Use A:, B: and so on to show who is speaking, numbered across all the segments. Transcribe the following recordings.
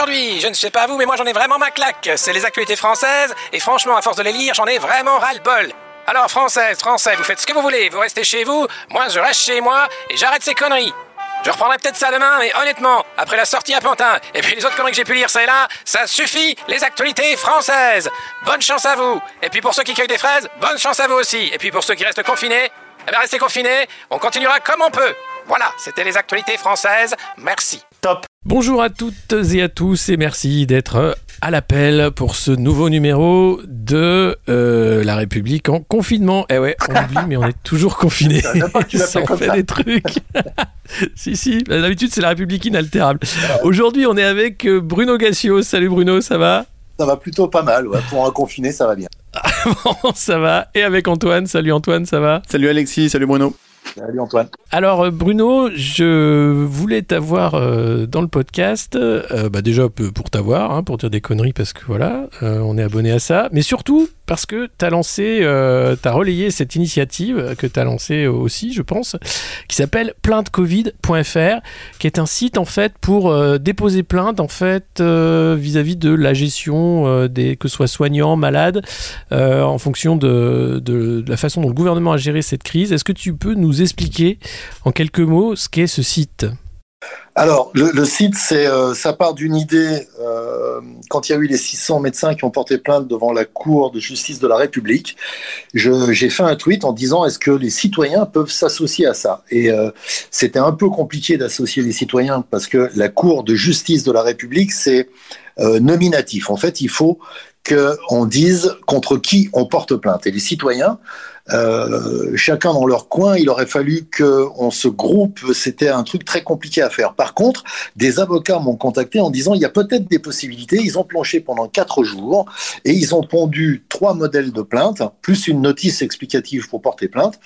A: aujourd'hui. Je ne sais pas vous, mais moi j'en ai vraiment ma claque. C'est les actualités françaises, et franchement, à force de les lire, j'en ai vraiment ras-le-bol. Alors, Français, vous faites ce que vous voulez, vous restez chez vous, moi je reste chez moi, et j'arrête ces conneries. Je reprendrai peut-être ça demain, mais honnêtement, après la sortie à Pantin, et puis les autres conneries que j'ai pu lire ça et là, ça suffit, les actualités françaises. Bonne chance à vous. Et puis pour ceux qui cueillent des fraises, bonne chance à vous aussi. Et puis pour ceux qui restent confinés, eh bien restez confinés, on continuera comme on peut. Voilà, c'était les actualités françaises, merci.
B: Top.
C: Bonjour à toutes et à tous et merci d'être à l'appel pour ce nouveau numéro de La République en confinement. Eh ouais, on oublie mais on est toujours confinés. Ça en fait des trucs. Si, d'habitude c'est La République inaltérable. Aujourd'hui on est avec Bruno Gassio. Salut Bruno, ça va ?
B: Ça va plutôt pas mal, ouais. Pour un confiné ça va bien.
C: Bon, ça va. Et avec Antoine, salut Antoine, ça va ?
D: Salut Alexis, salut Bruno.
B: Salut Antoine.
C: Alors Bruno, je voulais t'avoir dans le podcast, déjà pour t'avoir, pour dire des conneries parce que voilà, on est abonné à ça, mais surtout parce que t'as relayé cette initiative que t'as lancée aussi, je pense, qui s'appelle plaintecovid.fr, qui est un site en fait pour déposer plainte en fait vis-à-vis de la gestion des que ce soit soignants, malades, en fonction de la façon dont le gouvernement a géré cette crise. Est-ce que tu peux nous expliquer en quelques mots ce qu'est ce site ?
B: Alors, le site, ça part d'une idée, quand il y a eu les 600 médecins qui ont porté plainte devant la Cour de justice de la République, j'ai fait un tweet en disant est-ce que les citoyens peuvent s'associer à ça ? Et c'était un peu compliqué d'associer les citoyens parce que la Cour de justice de la République, c'est nominatif. En fait, il faut qu'on dise contre qui on porte plainte. Et les citoyens, chacun dans leur coin, il aurait fallu qu'on se groupe, c'était un truc très compliqué à faire. Par contre, des avocats m'ont contacté en disant il y a peut-être des possibilités. Ils ont planché pendant 4 jours et ils ont pondu 3 modèles de plainte, plus une notice explicative pour porter plainte,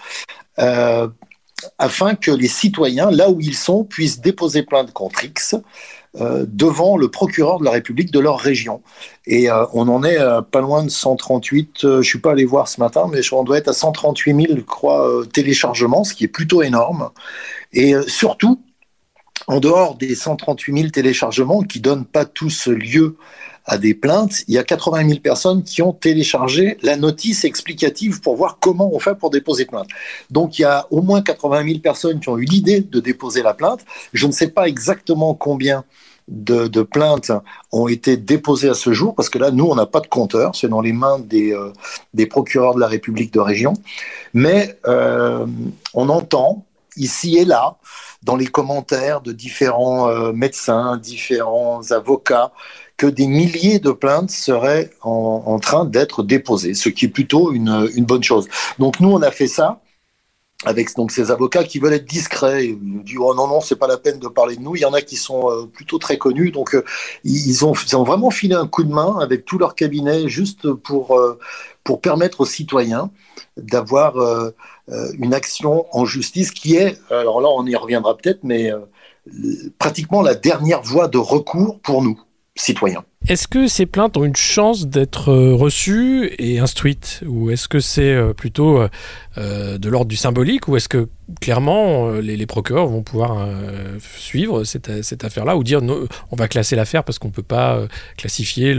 B: afin que les citoyens, là où ils sont, puissent déposer plainte contre X devant le procureur de la République de leur région. Et on en est pas loin de 138, je ne suis pas allé voir ce matin, mais on doit être à 138 000, je crois, téléchargements, ce qui est plutôt énorme. Et surtout, en dehors des 138 000 téléchargements qui ne donnent pas tous lieu à des plaintes, il y a 80 000 personnes qui ont téléchargé la notice explicative pour voir comment on fait pour déposer plainte. Donc il y a au moins 80 000 personnes qui ont eu l'idée de déposer la plainte. Je ne sais pas exactement combien de plaintes ont été déposées à ce jour, parce que là, nous, on n'a pas de compteur, c'est dans les mains des procureurs de la République de région. Mais on entend ici et là, dans les commentaires de différents médecins, différents avocats, que des milliers de plaintes seraient en train d'être déposées, ce qui est plutôt une bonne chose. Donc nous, on a fait ça avec donc ces avocats qui veulent être discrets. Ils nous disent oh non, c'est pas la peine de parler de nous. Il y en a qui sont plutôt très connus, donc ils ont vraiment filé un coup de main avec tout leur cabinet juste pour permettre aux citoyens d'avoir une action en justice qui est, alors là on y reviendra peut-être, mais pratiquement la dernière voie de recours pour nous, citoyens.
C: Est-ce que ces plaintes ont une chance d'être reçues et instruites ? Ou est-ce que c'est plutôt de l'ordre du symbolique ? Ou est-ce que clairement les procureurs vont pouvoir suivre cette affaire-là ou dire non, on va classer l'affaire parce qu'on ne peut pas classifier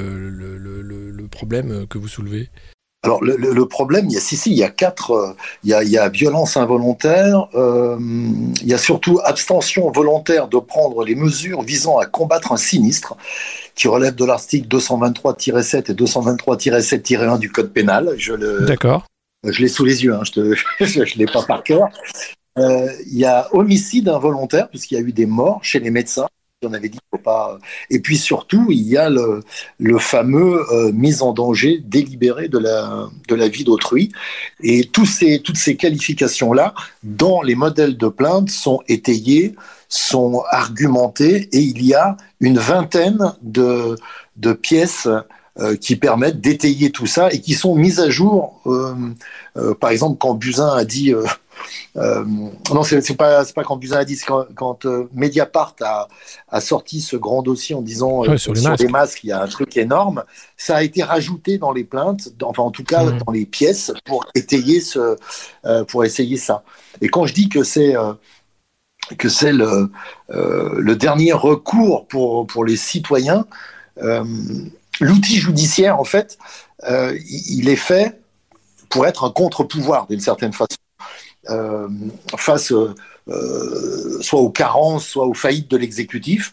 C: le problème que vous soulevez ?
B: Alors le problème, il y a violence involontaire, il y a surtout abstention volontaire de prendre les mesures visant à combattre un sinistre qui relève de l'article 223-7 et 223-7-1 du Code pénal.
C: D'accord.
B: Je l'ai sous les yeux, je l'ai pas par cœur. Il y a homicide involontaire puisqu'il y a eu des morts chez les médecins. On avait dit qu'il faut pas. Et puis surtout, il y a le fameux mise en danger délibérée de la vie d'autrui. Et toutes ces qualifications-là, dans les modèles de plainte, sont étayées, sont argumentées, et il y a une vingtaine de pièces qui permettent d'étayer tout ça et qui sont mises à jour. Par exemple, quand Buzyn a dit. Non, c'est pas quand Buzyn a dit, c'est quand Mediapart a sorti ce grand dossier en disant
C: sur
B: les masques, il y a un truc énorme. Ça a été rajouté dans les plaintes, enfin en tout cas dans les pièces pour étayer pour essayer ça. Et quand je dis que c'est que c'est le dernier recours pour les citoyens. L'outil judiciaire, en fait, il est fait pour être un contre-pouvoir, d'une certaine façon, face soit aux carences, soit aux faillites de l'exécutif.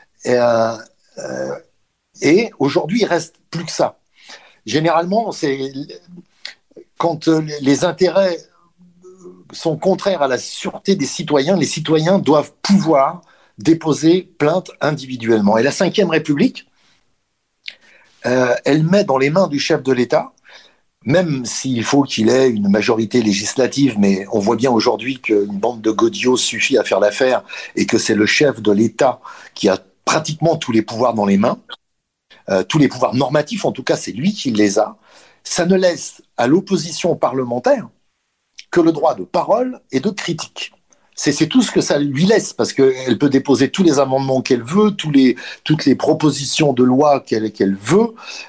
B: Et aujourd'hui, il reste plus que ça. Généralement, c'est quand les intérêts sont contraires à la sûreté des citoyens, les citoyens doivent pouvoir déposer plainte individuellement. Et la Ve République, elle met dans les mains du chef de l'État, même s'il faut qu'il ait une majorité législative, mais on voit bien aujourd'hui qu'une bande de godillots suffit à faire l'affaire et que c'est le chef de l'État qui a pratiquement tous les pouvoirs dans les mains, tous les pouvoirs normatifs, en tout cas, c'est lui qui les a. Ça ne laisse à l'opposition parlementaire que le droit de parole et de critique. C'est tout ce que ça lui laisse, parce qu'elle peut déposer tous les amendements qu'elle veut, toutes les propositions de loi qu'elle veut.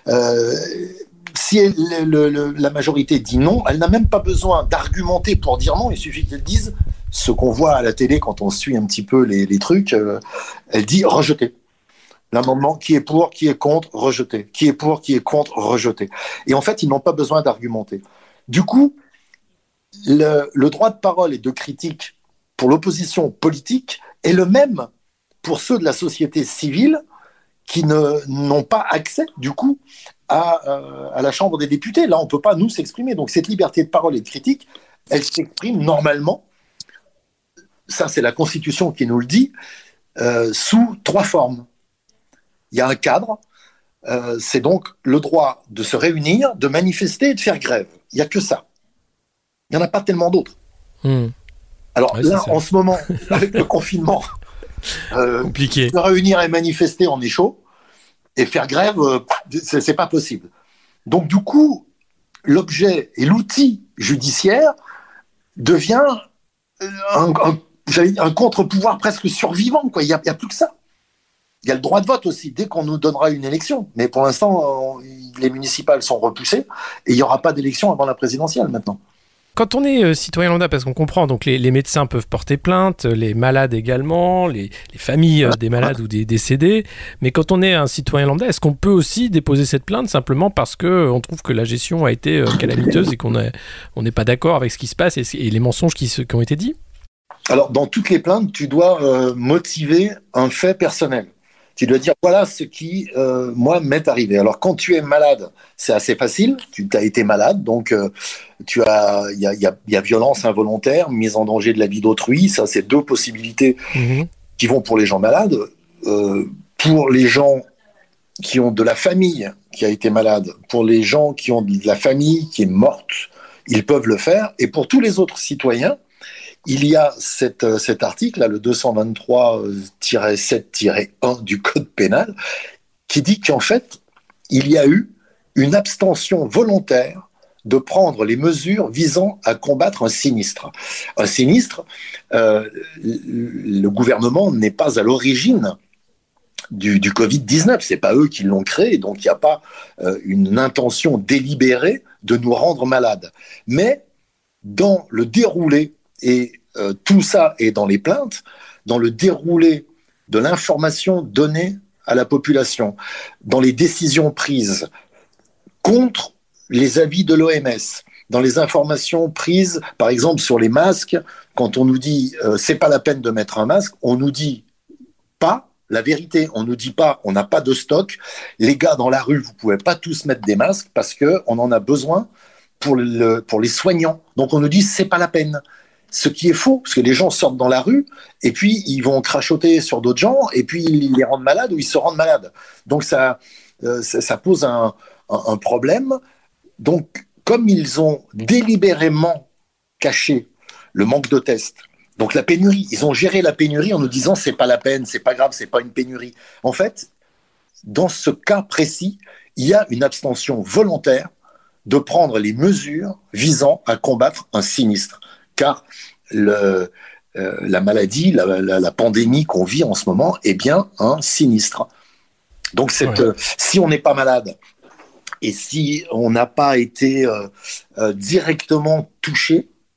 B: Si la majorité dit non, elle n'a même pas besoin d'argumenter pour dire non, il suffit qu'elle dise ce qu'on voit à la télé quand on suit un petit peu les trucs. Elle dit rejeter. L'amendement, qui est pour, qui est contre, rejeté. Qui est pour, qui est contre, rejeté. Et en fait, ils n'ont pas besoin d'argumenter. Du coup, le droit de parole et de critique pour l'opposition politique est le même pour ceux de la société civile qui n'ont pas accès, du coup, à la Chambre des députés. Là, on ne peut pas nous s'exprimer. Donc, cette liberté de parole et de critique, elle s'exprime normalement, ça c'est la Constitution qui nous le dit, sous 3 formes. Il y a un cadre, c'est donc le droit de se réunir, de manifester et de faire grève. Il n'y a que ça. Il n'y en a pas tellement d'autres. Alors ouais, là, en ce moment, avec le confinement,
C: compliqué.
B: Se réunir et manifester, on est chaud. Et faire grève, c'est pas possible. Donc du coup, l'objet et l'outil judiciaire devient un contre-pouvoir presque survivant, quoi. Il y a plus que ça. Il y a le droit de vote aussi, dès qu'on nous donnera une élection. Mais pour l'instant, les municipales sont repoussées et il n'y aura pas d'élection avant la présidentielle maintenant.
C: Quand on est citoyen lambda, parce qu'on comprend, donc les médecins peuvent porter plainte, les malades également, les familles des malades ou des décédés, mais quand on est un citoyen lambda, est-ce qu'on peut aussi déposer cette plainte simplement parce qu'on trouve que la gestion a été calamiteuse et qu'on n'est pas d'accord avec ce qui se passe et les mensonges qui ont été dits ?
B: Alors, dans toutes les plaintes, tu dois motiver un fait personnel. Tu dois dire, voilà ce qui, moi, m'est arrivé. Alors, quand tu es malade, c'est assez facile. Tu as été malade, donc il y a violence involontaire, mise en danger de la vie d'autrui. Ça, c'est 2 possibilités qui vont pour les gens malades. Pour les gens qui ont de la famille qui a été malade, pour les gens qui ont de la famille qui est morte, ils peuvent le faire. Et pour tous les autres citoyens, il y a cet article, là, le 223-7-1 du Code pénal, qui dit qu'en fait, il y a eu une abstention volontaire de prendre les mesures visant à combattre un sinistre. Un sinistre, le gouvernement n'est pas à l'origine du Covid-19, c'est pas eux qui l'ont créé, donc il n'y a pas une intention délibérée de nous rendre malades. Mais dans le déroulé, et tout ça est dans les plaintes, dans le déroulé de l'information donnée à la population, dans les décisions prises contre les avis de l'OMS, dans les informations prises, par exemple sur les masques, quand on nous dit c'est pas la peine de mettre un masque, on nous dit pas la vérité, on nous dit pas on n'a pas de stock, les gars dans la rue vous pouvez pas tous mettre des masques parce que on en a besoin pour les soignants, donc on nous dit c'est pas la peine. Ce qui est faux, parce que les gens sortent dans la rue et puis ils vont crachoter sur d'autres gens et puis ils les rendent malades ou ils se rendent malades. Donc ça pose un problème. Donc comme ils ont délibérément caché le manque de tests, donc la pénurie, ils ont géré la pénurie en nous disant c'est pas la peine, c'est pas grave, c'est pas une pénurie. En fait, dans ce cas précis, il y a une abstention volontaire de prendre les mesures visant à combattre un sinistre. Car la maladie, la pandémie qu'on vit en ce moment est bien un sinistre. Donc si on n'est pas malade et si on n'a pas été directement touché,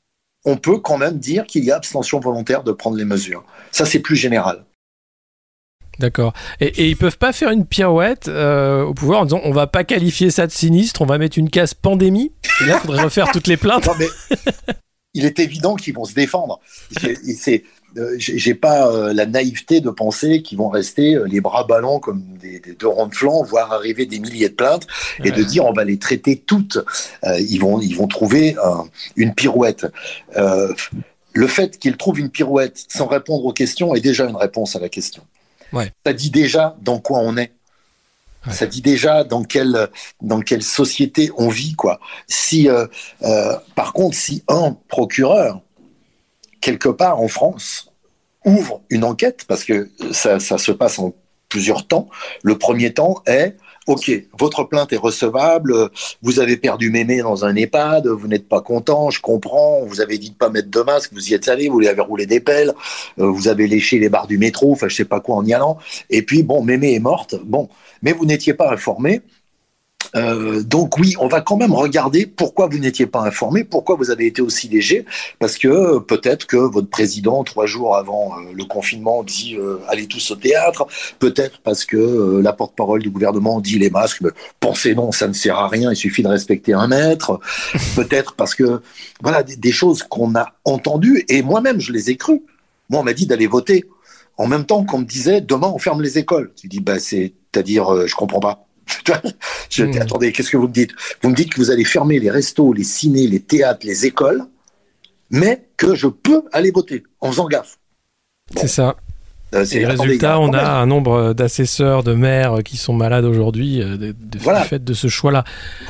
B: on peut quand même dire qu'il y a abstention volontaire de prendre les mesures. Ça, c'est plus général.
C: D'accord. Et ils peuvent pas faire une pirouette au pouvoir en disant on va pas qualifier ça de sinistre, on va mettre une case pandémie. Et là, il faudrait refaire toutes les plaintes.
B: Non, mais il est évident qu'ils vont se défendre. J'ai pas la naïveté de penser qu'ils vont rester les bras ballants comme des deux ronds de flanc, voir arriver des milliers de plaintes et de dire on va les traiter toutes. Ils vont trouver une pirouette. Le fait qu'ils trouvent une pirouette sans répondre aux questions est déjà une réponse à la question.
C: Ouais.
B: Ça dit déjà dans quoi on est. Ouais. Ça dit déjà dans quelle société on vit, quoi. Par contre, si un procureur, quelque part en France, ouvre une enquête, parce que ça se passe en plusieurs temps, le premier temps est OK, votre plainte est recevable, vous avez perdu mémé dans un EHPAD, vous n'êtes pas content, je comprends, vous avez dit de pas mettre de masque, vous y êtes allé, vous lui avez roulé des pelles, vous avez léché les barres du métro, enfin je sais pas quoi en y allant, et puis bon, mémé est morte, bon, mais vous n'étiez pas informé. Donc oui, on va quand même regarder pourquoi vous n'étiez pas informé, pourquoi vous avez été aussi léger, parce que peut-être que votre président, 3 jours avant le confinement, dit allez tous au théâtre, peut-être parce que la porte-parole du gouvernement dit les masques, mais pensez non, ça ne sert à rien, il suffit de respecter 1 mètre, peut-être parce que, voilà, des choses qu'on a entendues, et moi-même je les ai crues. Moi on m'a dit d'aller voter, en même temps qu'on me disait demain on ferme les écoles. Tu dis c'est-à-dire je comprends pas. Attendez, qu'est-ce que vous me dites? Vous me dites que vous allez fermer les restos, les cinés, les théâtres, les écoles, mais que je peux aller voter en faisant gaffe.
C: Bon. C'est ça. Et résultat, on a un nombre d'assesseurs, de maires qui sont malades aujourd'hui du fait de ce choix-là.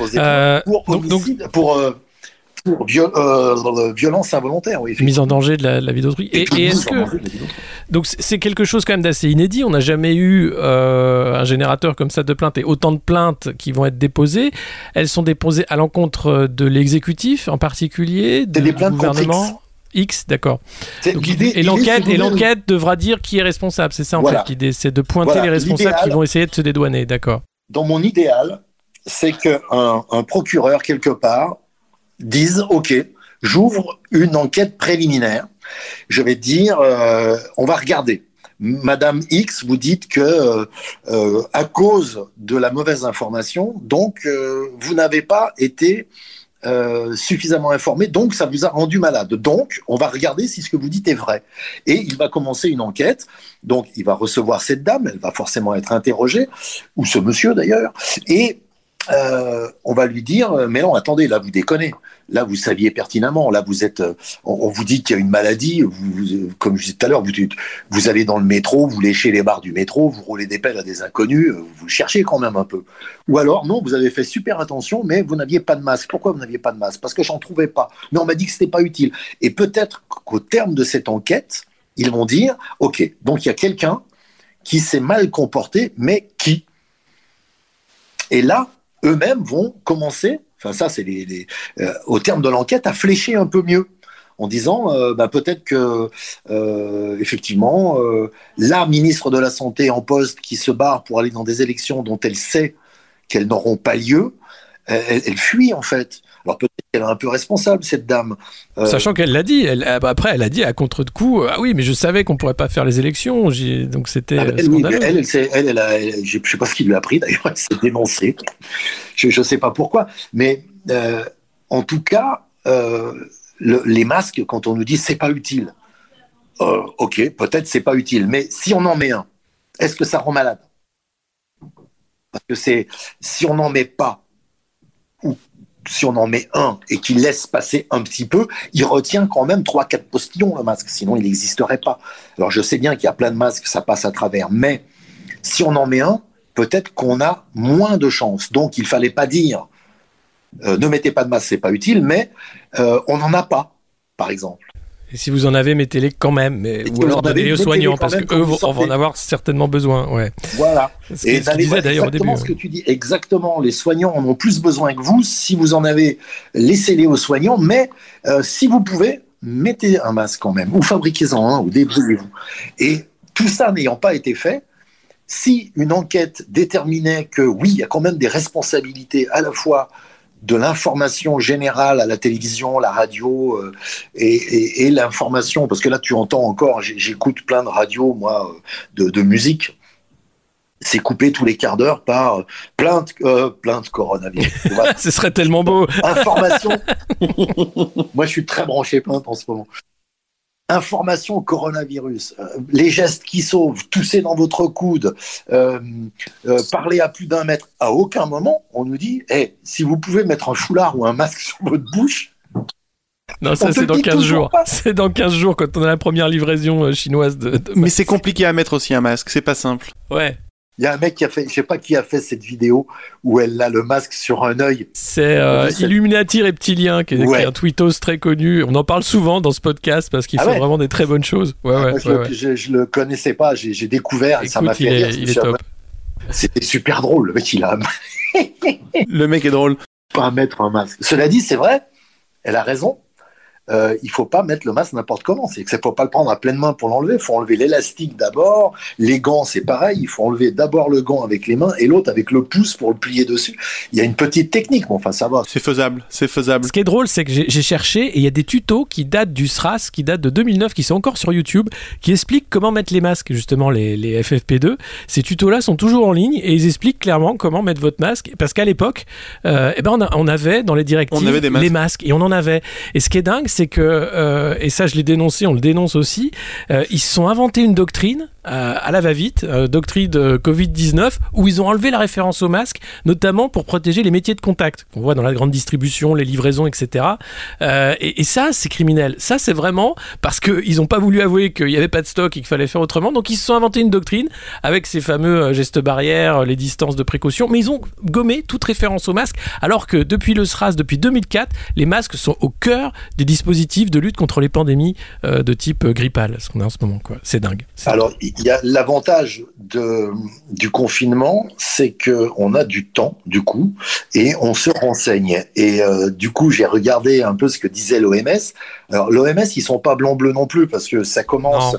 C: Pour
B: violence involontaire, oui.
C: Mise en danger de la vie d'autrui. Et est-ce que donc c'est quelque chose quand même d'assez inédit. On n'a jamais eu un générateur comme ça de plaintes et autant de plaintes qui vont être déposées. Elles sont déposées à l'encontre de l'exécutif en particulier, du gouvernement. X, d'accord. Et l'enquête devra dire qui est responsable. C'est ça en fait l'idée, c'est de pointer les responsables qui vont essayer de se dédouaner. D'accord.
B: Dans mon idéal, c'est qu'un procureur quelque part disent OK, j'ouvre une enquête préliminaire. Je vais dire, on va regarder. Madame X, vous dites que à cause de la mauvaise information, donc vous n'avez pas été suffisamment informé, donc ça vous a rendu malade. Donc, on va regarder si ce que vous dites est vrai. Et il va commencer une enquête. Donc, il va recevoir cette dame, elle va forcément être interrogée, ou ce monsieur d'ailleurs, et on va lui dire mais non, attendez, là vous déconnez, là vous saviez pertinemment, là vous êtes, on vous dit qu'il y a une maladie, comme je disais tout à l'heure, vous allez dans le métro, vous léchez les barres du métro, vous roulez des pelles à des inconnus, vous cherchez quand même un peu. Ou alors non, vous avez fait super attention, mais vous n'aviez pas de masque. Pourquoi vous n'aviez pas de masque? Parce que j'en trouvais pas, mais on m'a dit que c'était pas utile. Et peut-être qu'au terme de cette enquête, ils vont dire OK, donc il y a quelqu'un qui s'est mal comporté, mais qui? Et là, eux-mêmes vont commencer, enfin ça c'est au terme de l'enquête, à flécher un peu mieux, en disant peut-être que effectivement la ministre de la Santé en poste qui se barre pour aller dans des élections dont elle sait qu'elles n'auront pas lieu, elle fuit en fait. Alors peut-être qu'elle est un peu responsable, cette dame.
C: Sachant qu'elle l'a dit, après elle a dit à contre de coup, ah oui, mais je savais qu'on pourrait pas faire les élections, donc c'était scandaleux.
B: Elle, je sais pas ce qui lui a pris d'ailleurs, elle s'est dénoncée. Je sais pas pourquoi, mais en tout cas, les masques, quand on nous dit c'est pas utile, ok, peut-être c'est pas utile, mais si on en met un, est-ce que ça rend malade? Parce que si on n'en met pas, ou si on en met un et qu'il laisse passer un petit peu, il retient quand même 3-4 postillons le masque, sinon il n'existerait pas. Alors je sais bien qu'il y a plein de masques, ça passe à travers, mais si on en met un, peut-être qu'on a moins de chances. Donc il ne fallait pas dire ne mettez pas de masque, c'est pas utile, mais on n'en a pas, par exemple.
C: Et si vous en avez, mettez-les quand même, ou alors donnez-les aux soignants, parce qu'eux vont en avoir certainement besoin. Ouais.
B: Voilà.
C: Et ce que tu disais d'ailleurs au début.
B: Ce que tu dis, exactement, les soignants en ont plus besoin que vous. Si vous en avez, laissez-les aux soignants, mais si vous pouvez, mettez un masque quand même, ou fabriquez-en un, ou débrouillez-vous. Et tout ça n'ayant pas été fait, si une enquête déterminait que oui, il y a quand même des responsabilités à la fois de l'information générale à la télévision, la radio et l'information, parce que là tu entends encore, j'écoute plein de radios moi de musique, c'est coupé tous les quarts d'heure par plainte coronavirus.
C: Ce serait tellement beau.
B: Information. Moi je suis très branché plainte en ce moment. Information coronavirus, les gestes qui sauvent, tousser dans votre coude, parler à plus d'un mètre. À aucun moment, on nous dit si vous pouvez mettre un foulard ou un masque sur votre bouche.
C: Non, ça c'est dans 15 jours. C'est dans 15 jours quand on a la première livraison chinoise de
D: Mais c'est compliqué à mettre aussi un masque, c'est pas simple.
C: Ouais.
B: Il y a un mec qui a fait, je sais pas qui a fait cette vidéo où elle a le masque sur un œil.
C: C'est Illuminati Reptilien qui est un tweetos très connu. On en parle souvent dans ce podcast parce qu'il fait vraiment des très bonnes choses.
B: Je le connaissais pas, j'ai découvert.
C: Écoute,
B: et ça m'a fait rire.
C: Il est top.
B: C'était super drôle, le mec il a.
D: Le mec est drôle.
B: Pas mettre un masque. Cela dit, c'est vrai, elle a raison. Il faut pas mettre le masque n'importe comment. C'est que faut pas le prendre à pleine main pour l'enlever. Il faut enlever l'élastique d'abord. Les gants, c'est pareil. Il faut enlever d'abord le gant avec les mains et l'autre avec le pouce pour le plier dessus. Il y a une petite technique, mais enfin ça va.
D: C'est faisable.
C: Ce qui est drôle, c'est que j'ai cherché et il y a des tutos qui datent du SRAS, qui datent de 2009, qui sont encore sur YouTube, qui expliquent comment mettre les masques, justement les FFP2. Ces tutos-là sont toujours en ligne et ils expliquent clairement comment mettre votre masque. Parce qu'à l'époque, on avait dans les directives les masques et on en avait. Et ce qui est dingue, c'est que, et ça je l'ai dénoncé, on le dénonce aussi, ils se sont inventés une doctrine à la va-vite, doctrine de Covid-19, où ils ont enlevé la référence au masque, notamment pour protéger les métiers de contact, qu'on voit dans la grande distribution, les livraisons, etc. Et ça, c'est criminel. Ça, c'est vraiment parce qu'ils n'ont pas voulu avouer qu'il n'y avait pas de stock et qu'il fallait faire autrement, donc ils se sont inventés une doctrine avec ces fameux gestes barrières, les distances de précaution, mais ils ont gommé toute référence au masque, alors que depuis le SRAS, depuis 2004, les masques sont au cœur des dispositifs de lutte contre les pandémies de type grippal, ce qu'on a en ce moment, quoi. C'est dingue.
B: Alors, il y a l'avantage du confinement, c'est qu'on a du temps, du coup, et on se renseigne. Et du coup, j'ai regardé un peu ce que disait l'OMS. Alors, l'OMS, ils sont pas blanc-bleu non plus, parce que ça commence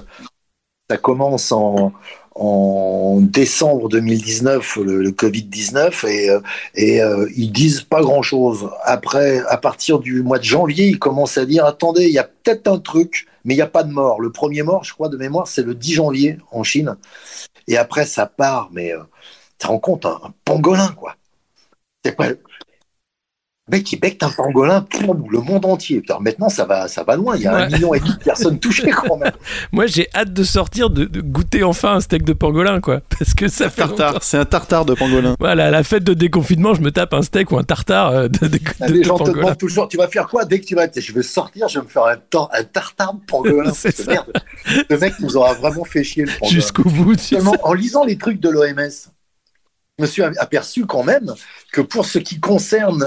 B: en décembre 2019, le Covid-19, et ils disent pas grand-chose. Après, à partir du mois de janvier, ils commencent à dire, attendez, il y a peut-être un truc, mais il n'y a pas de mort. Le premier mort, je crois, de mémoire, c'est le 10 janvier en Chine. Et après, ça part, mais tu te rends compte, un pangolin, quoi. C'est pas... Le mec, il becque un pangolin pour le monde entier. Alors maintenant, ça va loin. Il y a 1,5 million de personnes touchées, quand même.
C: Moi, j'ai hâte de sortir, de goûter enfin un steak de pangolin, quoi. Parce que ça fait
D: tartare. C'est un tartare de pangolin.
C: Voilà, à la fête de déconfinement, je me tape un steak ou un tartare
B: les gens te demandent toujours, tu vas faire quoi dès que tu vas... Je vais sortir, je vais me faire un tartare de pangolin.
C: C'est ça.
B: Merde. Le mec nous aura vraiment fait chier, le pangolin.
C: Jusqu'au bout.
B: Seulement, en lisant les trucs de l'OMS, je me suis aperçu quand même que pour ce qui concerne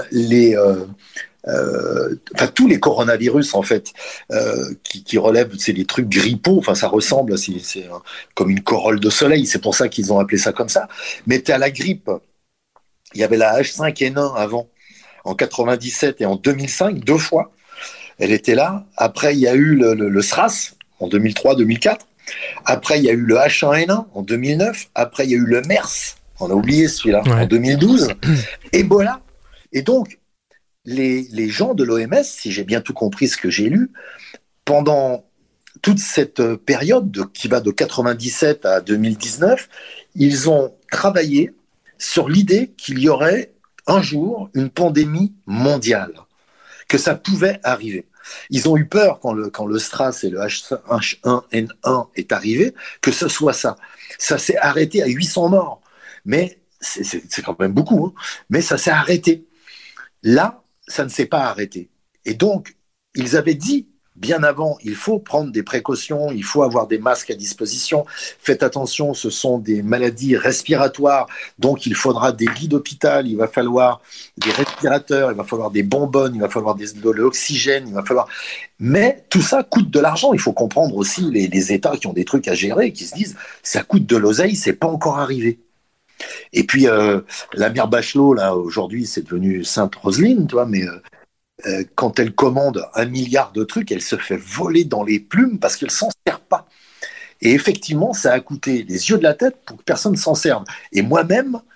B: tous les coronavirus en fait qui relèvent, c'est des trucs grippaux, enfin ça ressemble, c'est comme une corolle de soleil, c'est pour ça qu'ils ont appelé ça comme ça. Mais t'as la grippe, il y avait la H5N1 avant, en 97 et en 2005, 2 fois, elle était là. Après il y a eu le SRAS en 2003-2004. Après il y a eu le H1N1 en 2009. Après il y a eu le MERS. On a oublié celui-là, en 2012. Ebola. Et donc, les gens de l'OMS, si j'ai bien tout compris ce que j'ai lu, pendant toute cette période qui va de 97 à 2019, ils ont travaillé sur l'idée qu'il y aurait un jour une pandémie mondiale, que ça pouvait arriver. Ils ont eu peur quand le SRAS et le H1N1 est arrivé, que ce soit ça. Ça s'est arrêté à 800 morts. Mais c'est quand même beaucoup, hein. Mais ça s'est arrêté. Là, ça ne s'est pas arrêté. Et donc, ils avaient dit, bien avant, il faut prendre des précautions, il faut avoir des masques à disposition. Faites attention, ce sont des maladies respiratoires, donc il faudra des lits d'hôpital, il va falloir des respirateurs, il va falloir des bonbonnes, il va falloir de l'oxygène, il va falloir... Mais tout ça coûte de l'argent. Il faut comprendre aussi les États qui ont des trucs à gérer, qui se disent, ça coûte de l'oseille, c'est pas encore arrivé. Et puis la mère Bachelot, là, aujourd'hui, c'est devenu Sainte Roselyne, tu vois, mais quand elle commande 1 milliard de trucs, elle se fait voler dans les plumes parce qu'elle s'en sert pas. Et effectivement, ça a coûté les yeux de la tête pour que personne s'en serve. Et moi-même,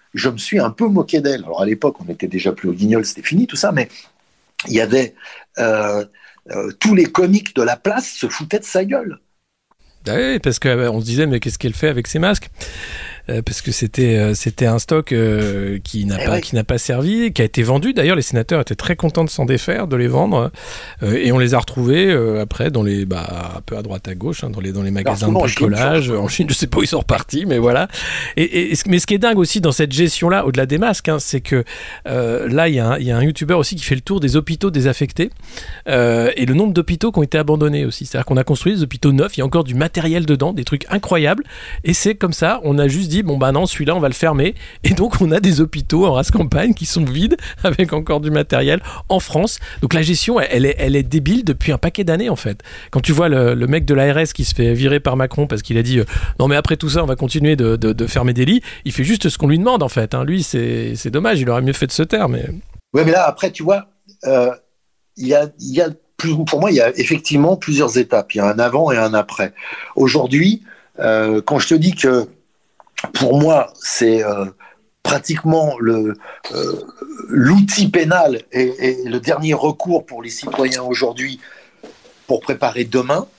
B: je me suis un peu moqué d'elle. Alors à l'époque, on était déjà plus au Guignol, c'était fini tout ça, mais il y avait tous les comiques de la place se foutaient de sa gueule.
C: Ah oui, parce qu'on se disait, mais qu'est-ce qu'elle fait avec ses masques ? Parce que c'était un stock qui n'a pas servi, qui a été vendu. D'ailleurs, les sénateurs étaient très contents de s'en défaire, de les vendre, et on les a retrouvés après dans les, un peu à droite à gauche, dans les magasins de bricolage. En Chine, je sais pas où ils sont repartis, mais voilà. Mais ce qui est dingue aussi dans cette gestion-là, au-delà des masques, c'est que là, il y a un youtubeur aussi qui fait le tour des hôpitaux désaffectés et le nombre d'hôpitaux qui ont été abandonnés aussi. C'est-à-dire qu'on a construit des hôpitaux neufs, il y a encore du matériel dedans, des trucs incroyables, et c'est comme ça, on a juste dit bon non, celui-là on va le fermer, et donc on a des hôpitaux en race campagne qui sont vides avec encore du matériel en France. Donc la gestion elle est débile depuis un paquet d'années en fait. Quand tu vois le mec de l'ARS qui se fait virer par Macron parce qu'il a dit non mais après tout ça on va continuer de fermer des lits, il fait juste ce qu'on lui demande en fait, lui c'est dommage, il aurait mieux fait de se taire. Mais
B: là après tu vois il y a pour moi il y a effectivement plusieurs étapes, il y a un avant et un après. Aujourd'hui quand je te dis que pour moi, c'est pratiquement l'outil pénal et le dernier recours pour les citoyens aujourd'hui pour préparer demain.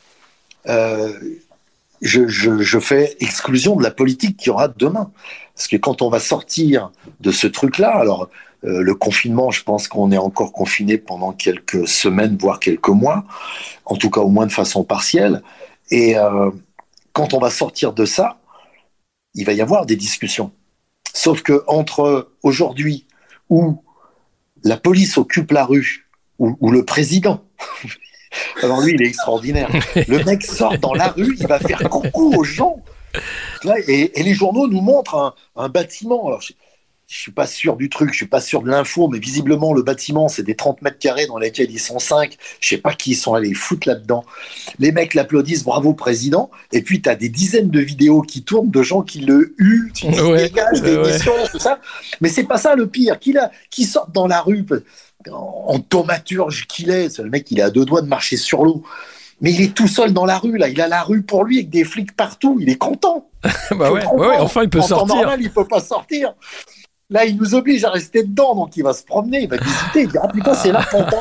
B: Je fais exclusion de la politique qu'il y aura demain. Parce que quand on va sortir de ce truc-là, alors le confinement, je pense qu'on est encore confiné pendant quelques semaines, voire quelques mois, en tout cas au moins de façon partielle. Et quand on va sortir de ça, il va y avoir des discussions. Sauf que entre aujourd'hui où la police occupe la rue, où le président, alors lui il est extraordinaire, le mec sort dans la rue, il va faire coucou aux gens. Et les journaux nous montrent un bâtiment. Alors je suis pas sûr du truc, je suis pas sûr de l'info, mais visiblement le bâtiment c'est des 30 mètres carrés dans lesquels ils sont 5. Je sais pas qui ils sont allés foutre là-dedans. Les mecs l'applaudissent, bravo président. Et puis t'as des dizaines de vidéos qui tournent de gens qui le huent, qui dégagent des missions, tout ça. Mais c'est pas ça le pire. Qui sort dans la rue en thaumaturge qu'il est. C'est le mec, il est à 2 doigts de marcher sur l'eau. Mais il est tout seul dans la rue, là. Il a la rue pour lui avec des flics partout. Il est content.
C: Enfin il peut sortir.
B: En temps normal, il peut pas sortir. Là, il nous oblige à rester dedans, donc il va se promener, il va visiter, il dira putain, c'est là Pantin.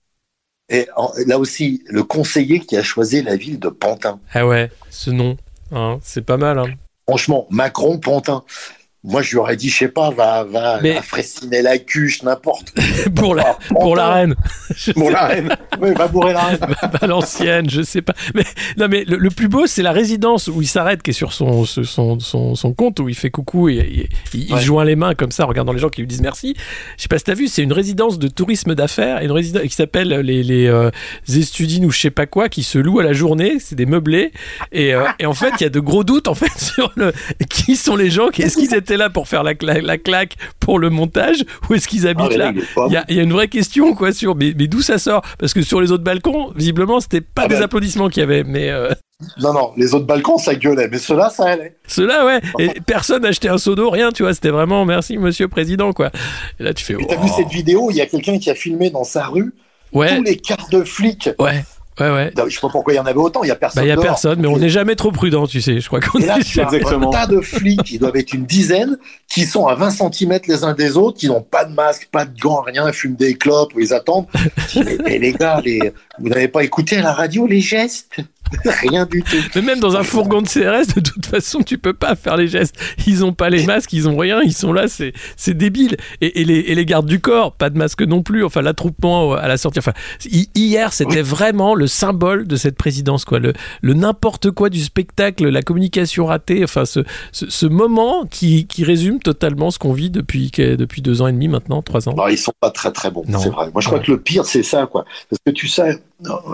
B: Et là aussi, le conseiller qui a choisi la ville de Pantin.
C: Ah ouais, ce nom, c'est pas mal.
B: Franchement, Macron, Pantin. Moi, je lui aurais dit, je sais pas, va fressiner la cuche, n'importe.
C: pour la reine.
B: Pour la reine. Oui, va bourrer la reine.
C: À l'ancienne, je sais pas. Mais le plus beau, c'est la résidence où il s'arrête, qui est sur son compte, où il fait coucou et il joint les mains comme ça, en regardant les gens qui lui disent merci. Je sais pas si t'as vu, c'est une résidence de tourisme d'affaires, une résidence qui s'appelle les Estudines ou je sais pas quoi, qui se loue à la journée. C'est des meublés. Et en fait, il y a de gros doutes, en fait, sur qui sont les gens, est-ce qu'ils étaient là pour faire la claque pour le montage, ou est-ce qu'ils habitent là? Il y a une vraie question quoi sur mais d'où ça sort, parce que sur les autres balcons visiblement c'était pas des applaudissements qu'il y avait, mais
B: non, les autres balcons ça gueulait, mais ceux-là ça allait.
C: Ceux-là ouais, et personne n'achetait un seau d'eau, rien, tu vois, c'était vraiment merci monsieur président quoi. Et là tu fais
B: t'as vu cette vidéo, il y a quelqu'un qui a filmé dans sa rue tous les quarts de flics.
C: Ouais. Je
B: sais pas pourquoi il y en avait autant, il y a personne.
C: Il y a personne, mais on n'est jamais trop prudent, tu sais. Je crois qu'on
B: est exactement. Un tas de flics, ils doivent être une dizaine, qui sont à 20 cm les uns des autres, qui n'ont pas de masque, pas de gants, rien, ils fument des clopes, ils attendent. mais les gars, vous n'avez pas écouté à la radio les gestes? Rien du tout.
C: Mais même dans un fourgon de CRS, de toute façon, tu peux pas faire les gestes. Ils ont pas les masques, ils ont rien, ils sont là, c'est débile. Et les gardes du corps, pas de masque non plus. Enfin, l'attroupement à la sortie. Enfin, hier, c'était vraiment le symbole de cette présidence, quoi. Le n'importe quoi du spectacle, la communication ratée. Enfin, ce moment qui résume totalement ce qu'on vit depuis 2 ans et demi maintenant, 3 ans.
B: Non, ils sont pas très très bons, c'est vrai. Moi, je crois que le pire, c'est ça, quoi. Parce que tu sais,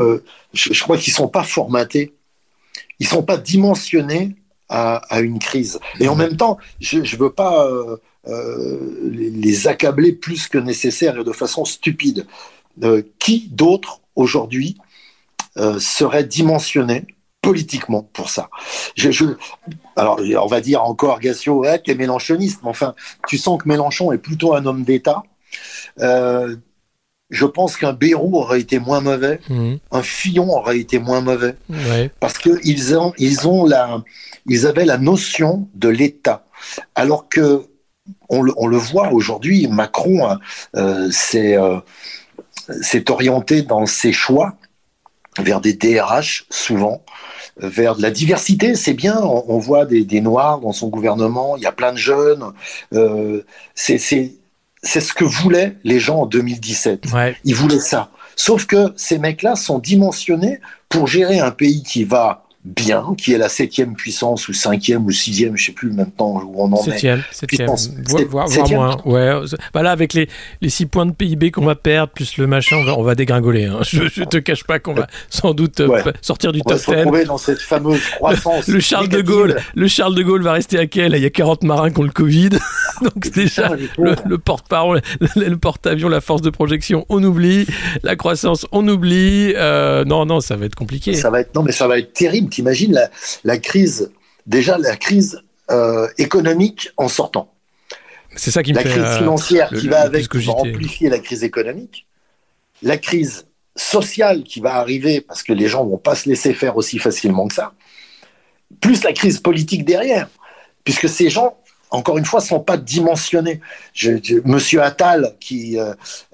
B: je crois qu'ils sont pas formatés, ils sont pas dimensionnés à une crise. Et en même temps, je veux pas les accabler plus que nécessaire et de façon stupide. Qui d'autre aujourd'hui serait dimensionné politiquement pour ça? Alors, on va dire encore Gassio, t'es mélenchoniste, mais enfin, tu sens que Mélenchon est plutôt un homme d'État. Je pense qu'un Bayrou aurait été moins mauvais, un Fillon aurait été moins mauvais, parce qu'ils avaient la notion de l'État, alors que on le voit aujourd'hui, Macron s'est orienté dans ses choix vers des DRH, souvent, vers de la diversité, c'est bien, on voit des Noirs dans son gouvernement, il y a plein de jeunes, c'est ce que voulaient les gens en 2017.
C: Ouais.
B: Ils voulaient ça. Sauf que ces mecs-là sont dimensionnés pour gérer un pays qui va bien, qui est la 7e puissance ou 5e ou 6e, je sais plus maintenant où on en est.
C: 7e, voire moins. Ouais. Bah là, avec les 6 points de PIB qu'on va perdre, plus le machin, on va dégringoler. Hein. Je te cache pas qu'on va sans doute sortir du top 10.
B: On va se retrouver dans cette fameuse croissance.
C: Le Charles de Gaulle va rester à quel? Il y a 40 marins qui ont le Covid. Donc déjà, le porte-parole, le porte-avions, la force de projection, on oublie. La croissance, on oublie. Non, ça va être compliqué.
B: Ça va être terrible. T'imagines la crise économique en sortant.
C: C'est ça qui me fait...
B: La crise financière qui va avec, qui va amplifier la crise économique. La crise sociale qui va arriver parce que les gens vont pas se laisser faire aussi facilement que ça. Plus la crise politique derrière. Puisque ces gens, encore une fois, sont pas dimensionnés. Monsieur Attal, que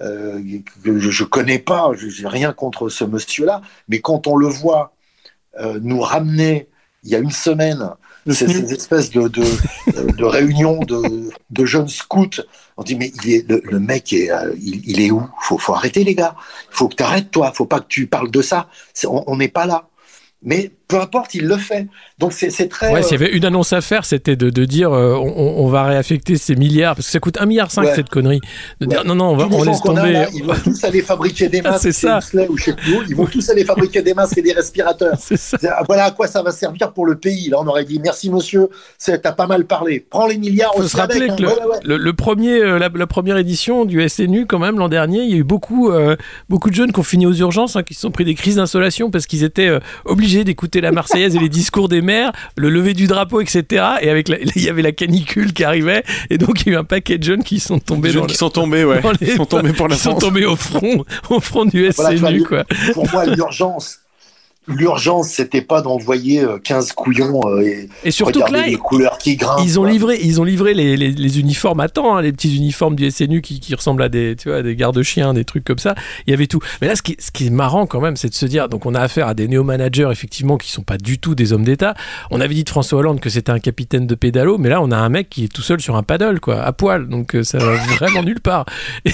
B: je connais pas, j'ai rien contre ce monsieur-là, mais quand on le voit nous ramener il y a une semaine ces espèces de réunions de jeunes scouts, on dit mais le mec il est où? Faut arrêter les gars, faut que t'arrêtes toi, faut pas que tu parles de ça, on n'est pas là. Mais peu importe, il le fait. Donc c'est très...
C: Ouais, s'il y avait une annonce à faire, c'était de dire on va réaffecter ces milliards, parce que ça coûte 1,5 milliard cette connerie. De dire non, on laisse tomber.
B: Là, ils vont tous aller fabriquer des masques,
C: c'est ça.
B: Ou je sais plus où, ils vont tous aller fabriquer des masques et des respirateurs.
C: C'est ça.
B: Voilà à quoi ça va servir pour le pays. Là, on aurait dit merci monsieur, t'as pas mal parlé. Prends les milliards.
C: Il faut se rappeler que la première édition du SNU, quand même, l'an dernier, il y a eu beaucoup de jeunes qui ont fini aux urgences, qui se sont pris des crises d'insolation parce qu'ils étaient obligés d'écouter la Marseillaise et les discours des maires, le lever du drapeau, etc. Et il y avait la canicule qui arrivait, et donc il y a eu un paquet de jeunes qui sont tombés
D: Ils sont tombés pour la France. Ils sont
C: tombés au front du SNU, quoi.
B: Pour moi, l'urgence, c'était pas d'envoyer 15 couillons et
C: surtout que là,
B: les couleurs qui grimpent.
C: Ils ont livré les uniformes à temps, les petits uniformes du SNU qui ressemblent à des gardes-chiens, des trucs comme ça. Il y avait tout. Mais là, ce qui est marrant quand même, c'est de se dire, donc on a affaire à des néo-managers, effectivement, qui sont pas du tout des hommes d'État. On avait dit de François Hollande que c'était un capitaine de pédalo, mais là, on a un mec qui est tout seul sur un paddle, quoi, à poil. Donc ça va vraiment nulle part.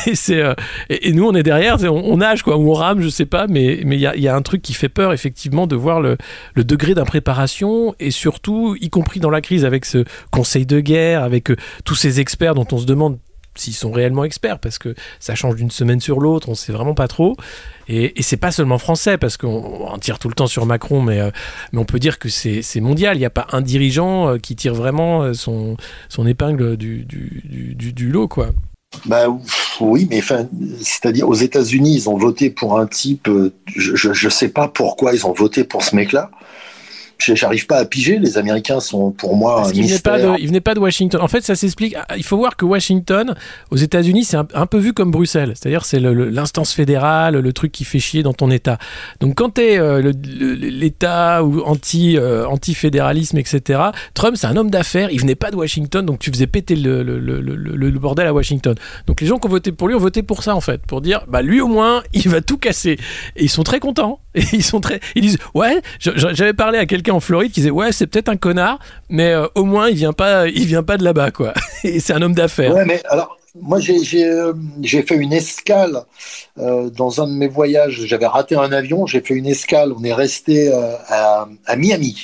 C: Et nous, on est derrière, on nage, quoi, ou on rame, je sais pas, mais il y a un truc qui fait peur, effectivement, de voir le degré d'impréparation, et surtout, y compris dans la crise, avec ce conseil de guerre, avec tous ces experts dont on se demande s'ils sont réellement experts, parce que ça change d'une semaine sur l'autre, on sait vraiment pas trop. Et c'est pas seulement français, parce qu'on en tire tout le temps sur Macron, mais on peut dire que c'est mondial. Il n'y a pas un dirigeant qui tire vraiment son épingle du lot, quoi.
B: Bah oui, mais c'est-à-dire aux États-Unis, ils ont voté pour un type. Je sais pas pourquoi ils ont voté pour ce mec-là. J'arrive pas à piger. Les Américains sont pour moi un mystère.
C: Il venait pas de Washington. En fait, ça s'explique. Il faut voir que Washington, aux États-Unis, c'est un peu vu comme Bruxelles. C'est-à-dire, c'est l'instance fédérale, le truc qui fait chier dans ton État. Donc, quand t'es l'État ou anti-fédéralisme, etc. Trump, c'est un homme d'affaires. Il venait pas de Washington, donc tu faisais péter le bordel à Washington. Donc, les gens qui ont voté pour lui ont voté pour ça, en fait, pour dire, bah lui au moins, il va tout casser. Et ils sont très contents. Et ils disent, ouais, j'avais parlé à quelqu'un en Floride qui disait, ouais, c'est peut-être un connard, mais au moins il vient pas de là-bas, quoi. Et c'est un homme d'affaires.
B: Ouais, mais alors moi j'ai fait une escale dans un de mes voyages. J'avais raté un avion, j'ai fait une escale. On est resté à Miami.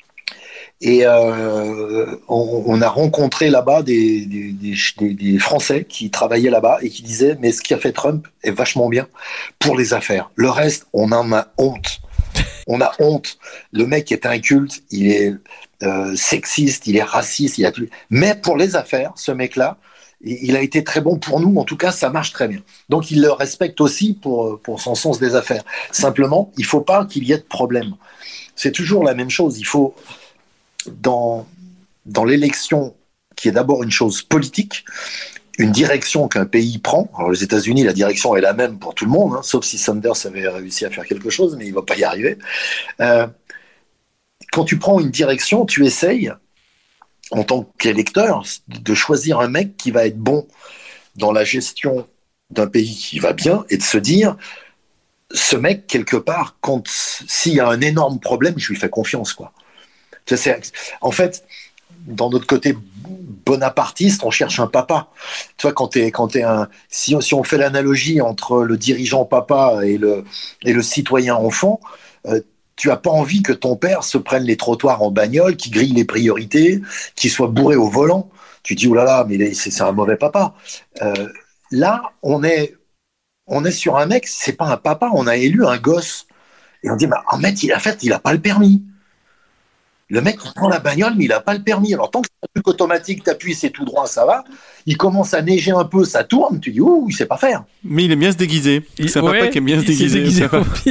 B: Et on a rencontré là-bas des Français qui travaillaient là-bas et qui disaient, mais ce qu'a fait Trump est vachement bien pour les affaires. Le reste, on en a honte. On a honte. Le mec est inculte, il est sexiste, il est raciste, mais pour les affaires, ce mec-là, il a été très bon pour nous. En tout cas, ça marche très bien. Donc, il le respecte aussi pour son sens des affaires. Simplement, il ne faut pas qu'il y ait de problème. C'est toujours la même chose. Il faut, dans l'élection, qui est d'abord une chose politique, une direction qu'un pays prend. Alors, les États-Unis, la direction est la même pour tout le monde, sauf si Sanders avait réussi à faire quelque chose, mais il ne va pas y arriver. Quand tu prends une direction, tu essayes en tant qu'électeur, de choisir un mec qui va être bon dans la gestion d'un pays qui va bien et de se dire, ce mec, quelque part, s'il y a un énorme problème, je lui fais confiance, quoi. En fait, dans notre côté bonapartiste, on cherche un papa. Tu vois, si on fait l'analogie entre le dirigeant papa et le citoyen enfant, tu n'as pas envie que ton père se prenne les trottoirs en bagnole, qui grille les priorités, qui soit bourré au volant. Tu dis, oh là là, mais c'est un mauvais papa. Là, on est sur un mec, c'est pas un papa, on a élu un gosse. Et on dit, bah, en fait, il a pas le permis. Le mec, il prend la bagnole, mais il n'a pas le permis. Alors, tant que c'est un truc automatique, t'appuies, c'est tout droit, ça va. Il commence à neiger un peu, ça tourne. Tu dis, ouh, il sait pas faire.
D: Mais il aime bien se déguiser. C'est un papa qui aime bien se déguiser.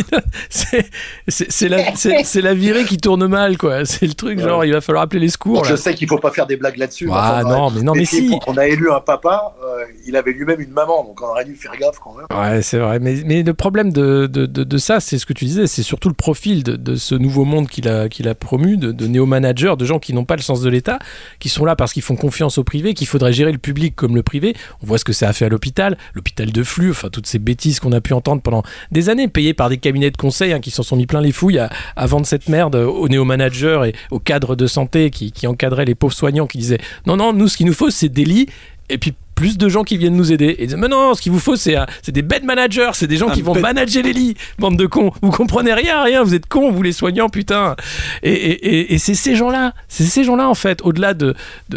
C: C'est la virée qui tourne mal, quoi. C'est le truc, genre, il va falloir appeler les secours.
B: Je sais qu'il faut pas faire des blagues là-dessus.
C: Ah non, mais si.
B: On a élu un papa, il avait lui-même une maman, donc on aurait dû faire gaffe quand même.
C: Ouais, c'est vrai. Mais le problème de ça, c'est ce que tu disais, c'est surtout le profil de ce nouveau monde qu'il a promu, de néo-managers, de gens qui n'ont pas le sens de l'État, qui sont là parce qu'ils font confiance au privé, qu'il faudrait gérer le public comme le privé. On voit ce que ça a fait à l'hôpital de flux, enfin toutes ces bêtises qu'on a pu entendre pendant des années, payées par des cabinets de conseil qui s'en sont mis plein les fouilles à vendre cette merde aux néo-managers et aux cadres de santé qui encadraient les pauvres soignants qui disaient non, nous ce qu'il nous faut c'est des lits et puis plus de gens qui viennent nous aider. Et mais non, ce qu'il vous faut, c'est des bed managers, c'est des gens qui vont manager les lits, bande de cons. Vous comprenez rien, vous êtes cons, vous les soignants, putain. Et c'est ces gens-là, en fait, au-delà de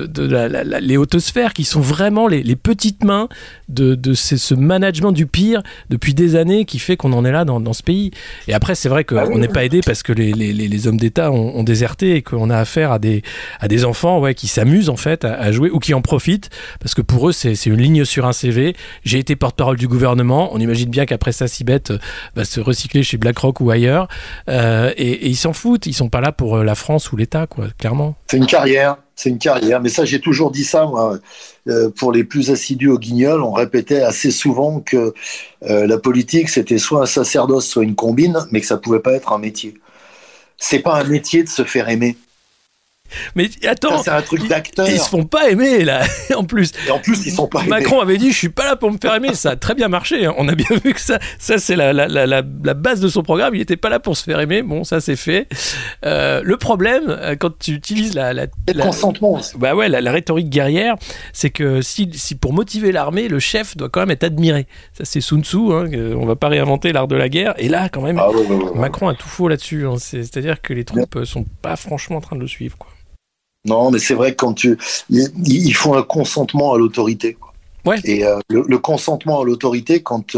C: les hautes sphères, qui sont vraiment les petites mains de ce management du pire depuis des années qui fait qu'on en est là dans ce pays. Et après, c'est vrai qu'on n'est pas aidé parce que les hommes d'État ont déserté et qu'on a affaire à des enfants qui s'amusent en fait à jouer ou qui en profitent parce que pour eux, c'est une ligne sur un CV. J'ai été porte-parole du gouvernement. On imagine bien qu'après ça, Sibeth va se recycler chez BlackRock ou ailleurs. Et ils s'en foutent. Ils sont pas là pour la France ou l'État, quoi, clairement.
B: C'est une carrière. Mais ça, j'ai toujours dit ça, moi. Pour les plus assidus au Guignol, on répétait assez souvent que la politique, c'était soit un sacerdoce, soit une combine, mais que ça pouvait pas être un métier. C'est pas un métier de se faire aimer.
C: Mais attends,
B: ça, c'est un truc d'acteur.
C: Ils se font pas aimer là, en plus.
B: Et en plus, ils sont pas
C: Macron
B: aimés.
C: avait dit, je suis pas là pour me faire aimer. Ça a très bien marché. On a bien vu que ça c'est la base de son programme. Il était pas là pour se faire aimer. Bon, ça c'est fait. Le problème, quand tu utilises le
B: consentement aussi.
C: Bah ouais, la rhétorique guerrière, c'est que si pour motiver l'armée, le chef doit quand même être admiré. Ça c'est Sun Tzu. On va pas réinventer l'art de la guerre. Et là, quand même, Macron a tout faux là-dessus. C'est-à-dire que les troupes sont pas franchement en train de le suivre, quoi.
B: Non, mais c'est vrai que il faut un consentement à l'autorité, quoi.
C: Ouais.
B: Et le consentement à l'autorité, quand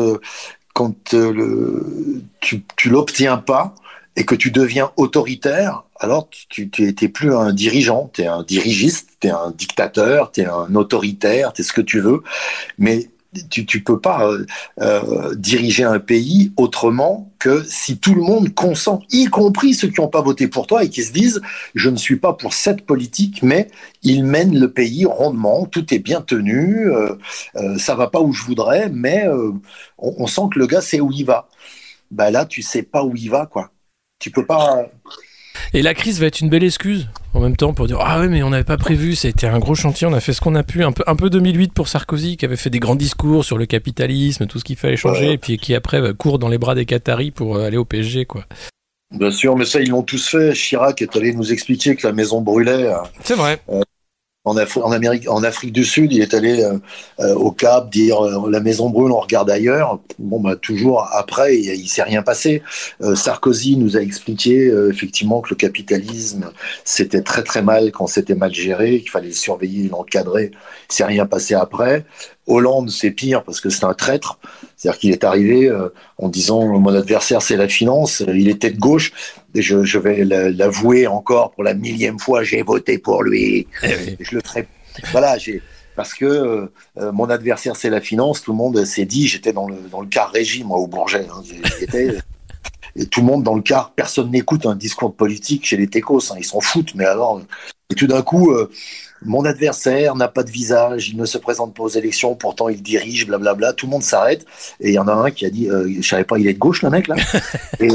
B: tu l'obtiens pas et que tu deviens autoritaire, alors tu n'es plus un dirigeant, tu es un dirigiste, tu es un dictateur, tu es un autoritaire, tu es ce que tu veux, mais tu peux pas diriger un pays autrement que si tout le monde consent, y compris ceux qui n'ont pas voté pour toi et qui se disent je ne suis pas pour cette politique, mais il mène le pays rondement, tout est bien tenu, ça va pas où je voudrais, mais on sent que le gars sait où il va. Bah là, tu sais pas où il va, quoi. Tu peux pas.
C: Et la crise va être une belle excuse en même temps pour dire ah ouais mais on n'avait pas prévu, ça a été un gros chantier, on a fait ce qu'on a pu, un peu 2008 pour Sarkozy qui avait fait des grands discours sur le capitalisme, tout ce qu'il fallait changer, et puis qui après court dans les bras des Qataris pour aller au PSG, quoi.
B: Bien sûr, mais ça ils l'ont tous fait. Chirac est allé nous expliquer que la maison brûlait.
C: C'est vrai.
B: En Afrique du Sud, il est allé au Cap dire la maison brûle, on regarde ailleurs. Bon, bah toujours après, il s'est rien passé. Sarkozy nous a expliqué effectivement que le capitalisme c'était très très mal quand c'était mal géré, qu'il fallait le surveiller, l'encadrer. Il s'est rien passé après. Hollande, c'est pire parce que c'est un traître. C'est-à-dire qu'il est arrivé en disant mon adversaire c'est la finance. Il était de gauche. Et je vais l'avouer encore pour la 1000e fois, j'ai voté pour lui. Je le ferai. Voilà, parce que mon adversaire c'est la finance. Tout le monde s'est dit, j'étais dans le car régie moi au Bourget. Et tout le monde dans le car, personne n'écoute un discours politique chez les techos. Ils s'en foutent. Mais alors, et tout d'un coup. Mon adversaire n'a pas de visage, il ne se présente pas aux élections, pourtant il dirige, blablabla. Tout le monde s'arrête. Et il y en a un qui a dit je savais pas, il est de gauche, le mec, là.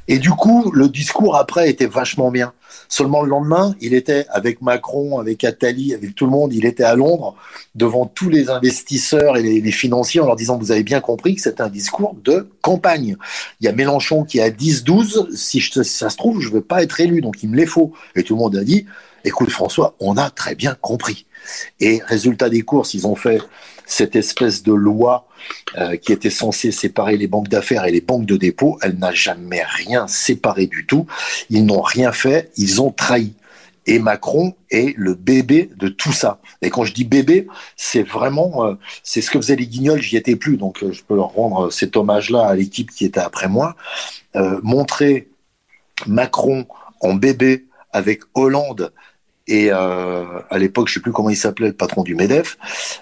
B: Et du coup, le discours après était vachement bien. Seulement le lendemain, il était avec Macron, avec Attali, avec tout le monde, il était à Londres devant tous les investisseurs et les financiers en leur disant, vous avez bien compris que c'était un discours de campagne. Il y a Mélenchon qui est à 10-12, si ça se trouve, je ne veux pas être élu, donc il me les faut. Et tout le monde a dit, écoute François, on a très bien compris. Et résultat des courses, ils ont fait cette espèce de loi qui était censée séparer les banques d'affaires et les banques de dépôt. Elle n'a jamais rien séparé du tout. Ils n'ont rien fait, ils ont trahi. Et Macron est le bébé de tout ça. Et quand je dis bébé, c'est vraiment, c'est ce que faisaient les Guignols, j'y étais plus, donc je peux leur rendre cet hommage-là à l'équipe qui était après moi. Montrer Macron en bébé avec Hollande et à l'époque, je sais plus comment il s'appelait, le patron du MEDEF.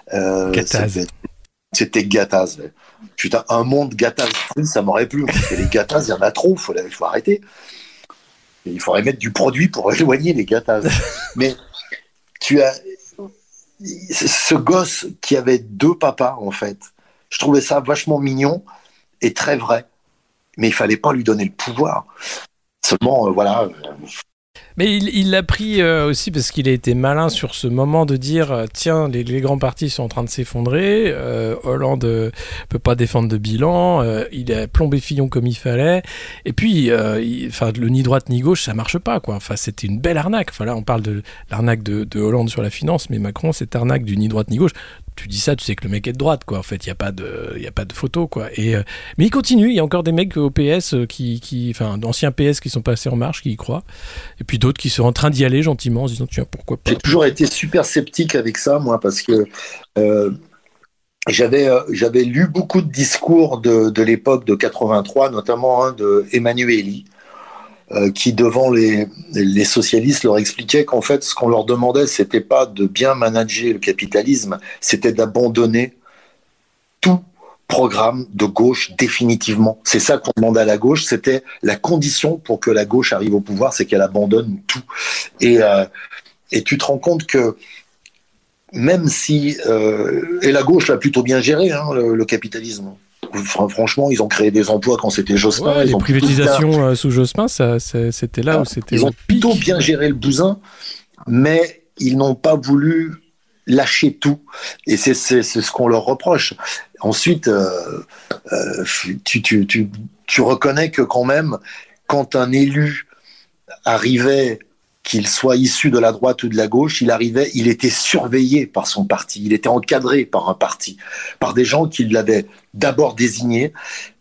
B: C'était Gattaz. Putain, un monde Gattaz, ça m'aurait plu. Parce que les Gattaz, il y en a trop, il faut arrêter. Et il faudrait mettre du produit pour éloigner les Gattaz. Mais tu as ce gosse qui avait 2 papas, en fait. Je trouvais ça vachement mignon et très vrai. Mais il fallait pas lui donner le pouvoir. Seulement, voilà.
C: Mais il l'a pris aussi parce qu'il a été malin sur ce moment de dire tiens, les grands partis sont en train de s'effondrer, Hollande peut pas défendre de bilan, il a plombé Fillon comme il fallait, et puis le ni droite ni gauche ça marche pas quoi. Enfin c'était une belle arnaque. Enfin là on parle de l'arnaque de Hollande sur la finance, mais Macron cette arnaque du ni droite ni gauche. Tu dis ça, tu sais que le mec est de droite, quoi. En fait, il y a pas de photo, quoi. Et mais il continue. Il y a encore des mecs au PS d'anciens PS qui sont passés en marche, qui y croient. Et puis d'autres qui sont en train d'y aller gentiment, en se disant tiens pourquoi pas.
B: J'ai toujours été super sceptique avec ça, moi, parce que j'avais lu beaucoup de discours de l'époque de 83, notamment un de Emmanueli, qui devant les socialistes leur expliquait qu'en fait ce qu'on leur demandait c'était pas de bien manager le capitalisme, c'était d'abandonner tout programme de gauche définitivement. C'est ça qu'on demandait à la gauche, c'était la condition pour que la gauche arrive au pouvoir, c'est qu'elle abandonne tout. Et tu te rends compte que même si et la gauche l'a plutôt bien géré le capitalisme. Franchement, ils ont créé des emplois quand c'était Jospin.
C: Ouais, les privatisations sous Jospin, c'était là où c'était.
B: Ils ont plutôt bien géré le bousin, mais ils n'ont pas voulu lâcher tout. Et c'est ce qu'on leur reproche. Ensuite, tu reconnais que quand même, quand un élu arrivait, qu'il soit issu de la droite ou de la gauche, il était surveillé par son parti, il était encadré par un parti, par des gens qui l'avaient d'abord désigné,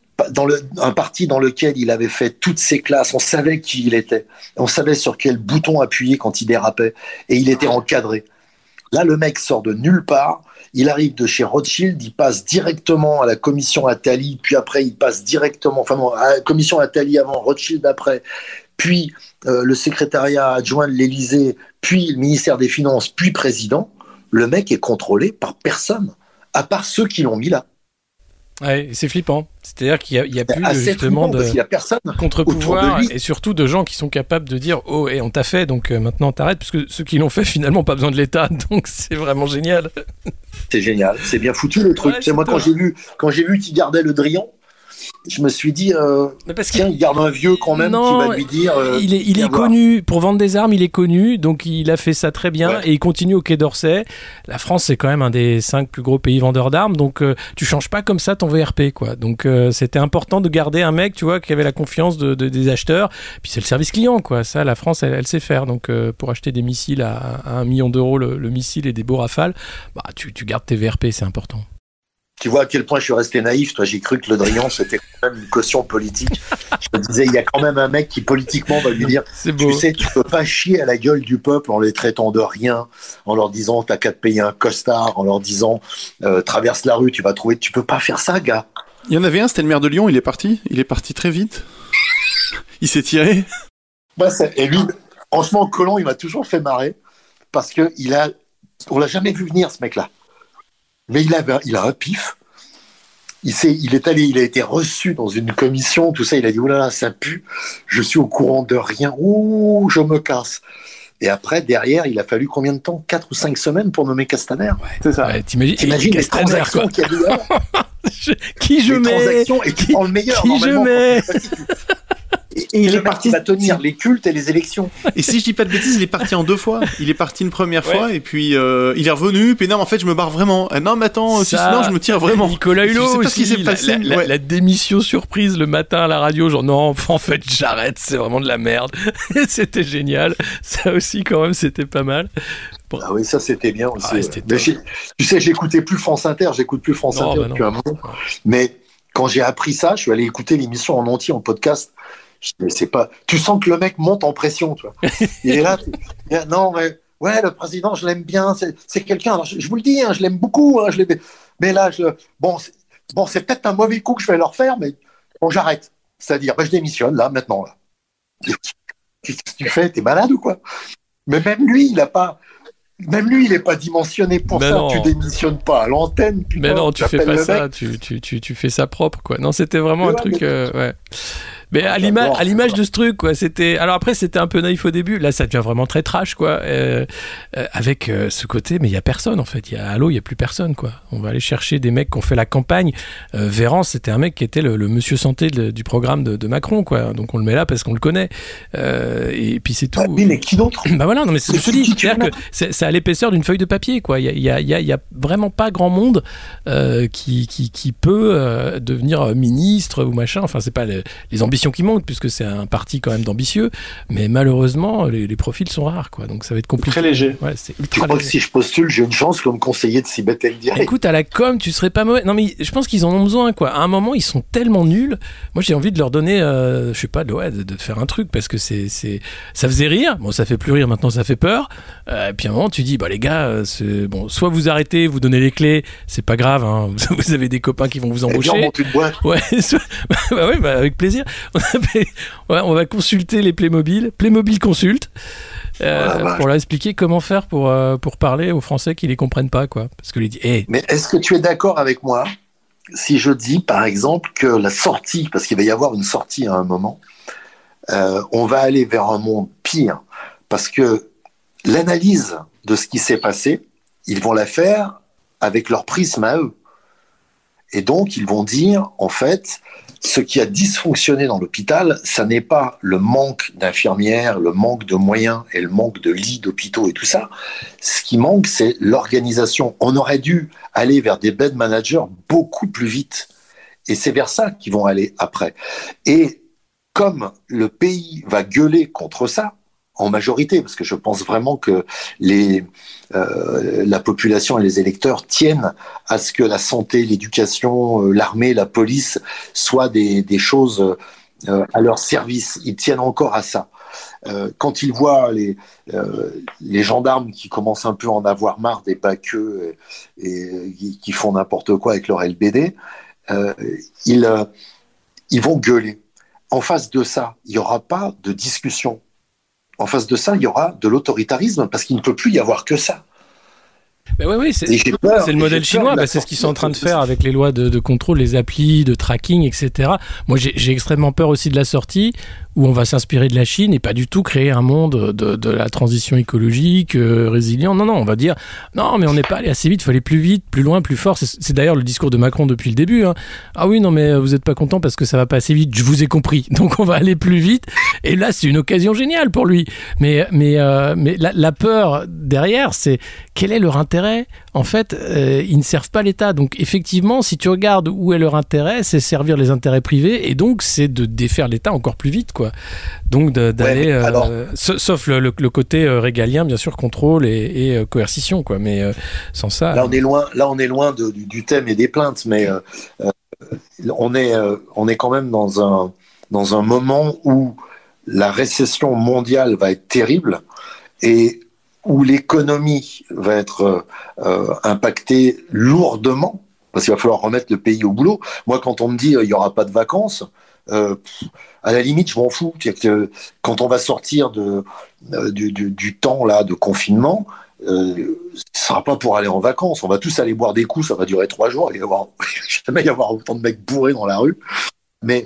B: un parti dans lequel il avait fait toutes ses classes, on savait qui il était, on savait sur quel bouton appuyer quand il dérapait, et il était encadré. Là, le mec sort de nulle part, il arrive de chez Rothschild, il passe directement à la commission Attali, puis après il passe directement, à la commission Attali avant, Rothschild après, puis le secrétariat adjoint de l'Élysée, puis le ministère des Finances, puis président. Le mec est contrôlé par personne, à part ceux qui l'ont mis là.
C: Ouais, c'est flippant. C'est-à-dire qu'il y a plus justement de contre-pouvoir et surtout de gens qui sont capables de dire oh, on t'a fait, donc maintenant t'arrêtes, puisque ceux qui l'ont fait finalement pas besoin de l'État, donc c'est vraiment génial.
B: C'est génial, c'est bien foutu le truc. Ouais, c'est moi quand j'ai vu qu'il gardait le Drian, je me suis dit, tiens, il garde un vieux quand même qui va lui dire...
C: il est connu, pour vendre des armes, il est connu, donc il a fait ça très bien, et il continue au Quai d'Orsay. La France, c'est quand même un des 5 plus gros pays vendeurs d'armes, donc tu changes pas comme ça ton VRP, quoi. Donc c'était important de garder un mec, tu vois, qui avait la confiance des acheteurs, puis c'est le service client, quoi. Ça, la France, elle sait faire. Donc pour acheter des missiles à 1 million d'euros le missile et des beaux Rafales, tu gardes tes VRP, c'est important.
B: Tu vois à quel point je suis resté naïf. Toi, j'ai cru que Le Drian, c'était quand même une caution politique. Je me disais, il y a quand même un mec qui, politiquement, va lui dire tu sais, tu peux pas chier à la gueule du peuple en les traitant de rien, en leur disant t'as qu'à te payer un costard, en leur disant traverse la rue, tu vas trouver. Tu peux pas faire ça, gars.
D: Il y en avait un, c'était le maire de Lyon, il est parti très vite. Il s'est tiré.
B: Et lui, franchement, Collomb, il m'a toujours fait marrer parce que on l'a jamais vu venir, ce mec-là. Mais il a un pif. Il a été reçu dans une commission, tout ça. Il a dit oh là là, ça pue. Je suis au courant de rien. Ouh, je me casse. Et après, derrière, il a fallu combien de temps? 4 ou 5 semaines pour nommer Castaner.
C: Ouais, c'est ça. Ouais, t'imagines
B: les transactions qu'il y a eu là.
C: Qui je mets?
B: Transactions et qui prend le meilleur.
C: Qui je mets?
B: Et il est parti va tenir les cultes et les élections.
D: Et si je dis pas de bêtises, il est parti en 2 fois. Il est parti une première fois et puis il est revenu. Puis non, en fait, je me barre vraiment. Ah, non, mais attends, sinon je me tire vraiment.
C: Nicolas Hulot
D: je sais pas
C: aussi,
D: ce qui s'est passé.
C: La démission surprise le matin à la radio, genre non, en fait, j'arrête, c'est vraiment de la merde. C'était génial. Ça aussi, quand même, c'était pas mal.
B: Bon. Ah oui, ça c'était bien aussi.
C: Mais
B: tu sais, j'écoutais plus France Inter, j'écoute plus France Inter depuis un moment. Mais quand j'ai appris ça, je suis allé écouter l'émission en entier en podcast. C'est pas. Tu sens que le mec monte en pression, tu vois. Il est là. Non, mais ouais, le président, je l'aime bien. C'est quelqu'un. Alors, je vous le dis, hein, je l'aime beaucoup. Hein, mais là, bon, c'est peut-être un mauvais coup que je vais leur faire, mais bon, j'arrête. C'est-à-dire, je démissionne là, maintenant. Là. Qu'est-ce que tu fais ? T'es malade ou quoi ? Mais même lui, il n'est pas dimensionné pour ça. Non. Tu démissionnes pas à l'antenne. Putain,
C: mais non, tu fais pas ça. Tu fais ça propre, quoi. Non, c'était vraiment un truc. Ouais. Mais à l'image de ce truc, quoi, c'était. Alors après, c'était un peu naïf au début. Là, ça devient vraiment très trash, quoi. Avec ce côté, mais il y a personne en fait. Il y a plus personne, quoi. On va aller chercher des mecs qui ont fait la campagne. Véran, c'était un mec qui était le monsieur santé du programme de Macron, quoi. Donc on le met là parce qu'on le connaît. Et puis c'est tout.
B: Ah, mais qui d'autre ?
C: Bah voilà, non mais c'est ce que je te dis. C'est-à-dire que c'est à l'épaisseur d'une feuille de papier, quoi. Il y a vraiment pas grand monde qui peut devenir ministre ou machin. Enfin, c'est pas les ambitions qui montent, puisque c'est un parti quand même d'ambitieux, mais malheureusement les profils sont rares, quoi, donc ça va être compliqué.
D: Très léger.
C: Ouais, c'est ultra
B: tu crois
C: léger.
B: Que si je postule, j'ai une chance comme conseiller de Sibeth El Direct.
C: Écoute, à la com, tu serais pas mauvais. Non mais je pense qu'ils en ont besoin, quoi. À un moment, ils sont tellement nuls. Moi, j'ai envie de leur donner, je sais pas, de faire un truc, parce que ça faisait rire. Bon, ça fait plus rire maintenant, ça fait peur. Et puis à un moment, tu dis, bah les gars, bon, soit vous arrêtez, vous donnez les clés, c'est pas grave, hein, vous avez des copains qui vont vous embaucher.
B: Et bien, on monte une boîte.
C: Ouais, avec plaisir. On va consulter les Playmobil Consulte pour leur expliquer comment faire pour parler aux Français qui les comprennent pas, quoi. Parce que
B: Mais est-ce que tu es d'accord avec moi si je dis par exemple que la sortie, parce qu'il va y avoir une sortie à un moment, on va aller vers un monde pire, parce que l'analyse de ce qui s'est passé, ils vont la faire avec leur prisme à eux. Et donc, ils vont dire, en fait, ce qui a dysfonctionné dans l'hôpital, ça n'est pas le manque d'infirmières, le manque de moyens et le manque de lits d'hôpitaux et tout ça. Ce qui manque, c'est l'organisation. On aurait dû aller vers des bed managers beaucoup plus vite. Et c'est vers ça qu'ils vont aller après. Et comme le pays va gueuler contre ça, en majorité, parce que je pense vraiment que la population et les électeurs tiennent à ce que la santé, l'éducation, l'armée, la police soient des choses à leur service. Ils tiennent encore à ça. Quand ils voient les gendarmes qui commencent un peu à en avoir marre des baqueux et qui font n'importe quoi avec leur LBD, ils vont gueuler. En face de ça, il n'y aura pas de discussion. En face de ça, il y aura de l'autoritarisme parce qu'il ne peut plus y avoir que ça.
C: Ben oui, c'est le modèle chinois. C'est ce qu'ils sont en train de faire avec les lois de contrôle, les applis, de tracking, etc. Moi, j'ai extrêmement peur aussi de la sortie où on va s'inspirer de la Chine et pas du tout créer un monde de la transition écologique résilient. Non, on va dire non, mais on n'est pas allé assez vite, il faut aller plus vite, plus loin, plus fort. C'est d'ailleurs le discours de Macron depuis le début. Hein. Ah oui, non, mais vous n'êtes pas content parce que ça va pas assez vite. Je vous ai compris. Donc on va aller plus vite. Et là, c'est une occasion géniale pour lui. Mais la peur derrière, c'est quel est leur intérêt ? En fait, ils ne servent pas l'État. Donc effectivement, si tu regardes où est leur intérêt, c'est servir les intérêts privés et donc c'est de défaire l'État encore plus vite, quoi. Donc d'aller, sauf le côté régalien, bien sûr, contrôle et coercition, quoi. Mais sans ça.
B: Là, on est loin du thème et des plaintes, mais on est quand même dans un moment où la récession mondiale va être terrible et où l'économie va être impactée lourdement, parce qu'il va falloir remettre le pays au boulot. Moi, quand on me dit il n'y aura pas de vacances, à la limite, je m'en fous. Que quand on va sortir du temps là de confinement, ce ne sera pas pour aller en vacances. On va tous aller boire des coups, ça va durer 3 jours. Il va jamais y avoir autant de mecs bourrés dans la rue. Mais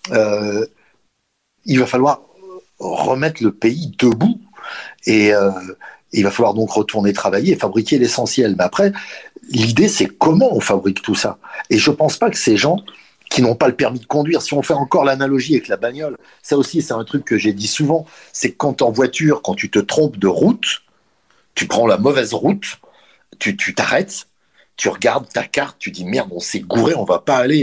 B: il va falloir remettre le pays debout. Et il va falloir donc retourner travailler et fabriquer l'essentiel. Mais après, l'idée, c'est comment on fabrique tout ça. Et je ne pense pas que ces gens qui n'ont pas le permis de conduire. Si on fait encore l'analogie avec la bagnole, ça aussi, c'est un truc que j'ai dit souvent, c'est que quand en voiture, quand tu te trompes de route, tu prends la mauvaise route, tu t'arrêtes, tu regardes ta carte, tu dis merde, on s'est gouré, on va pas aller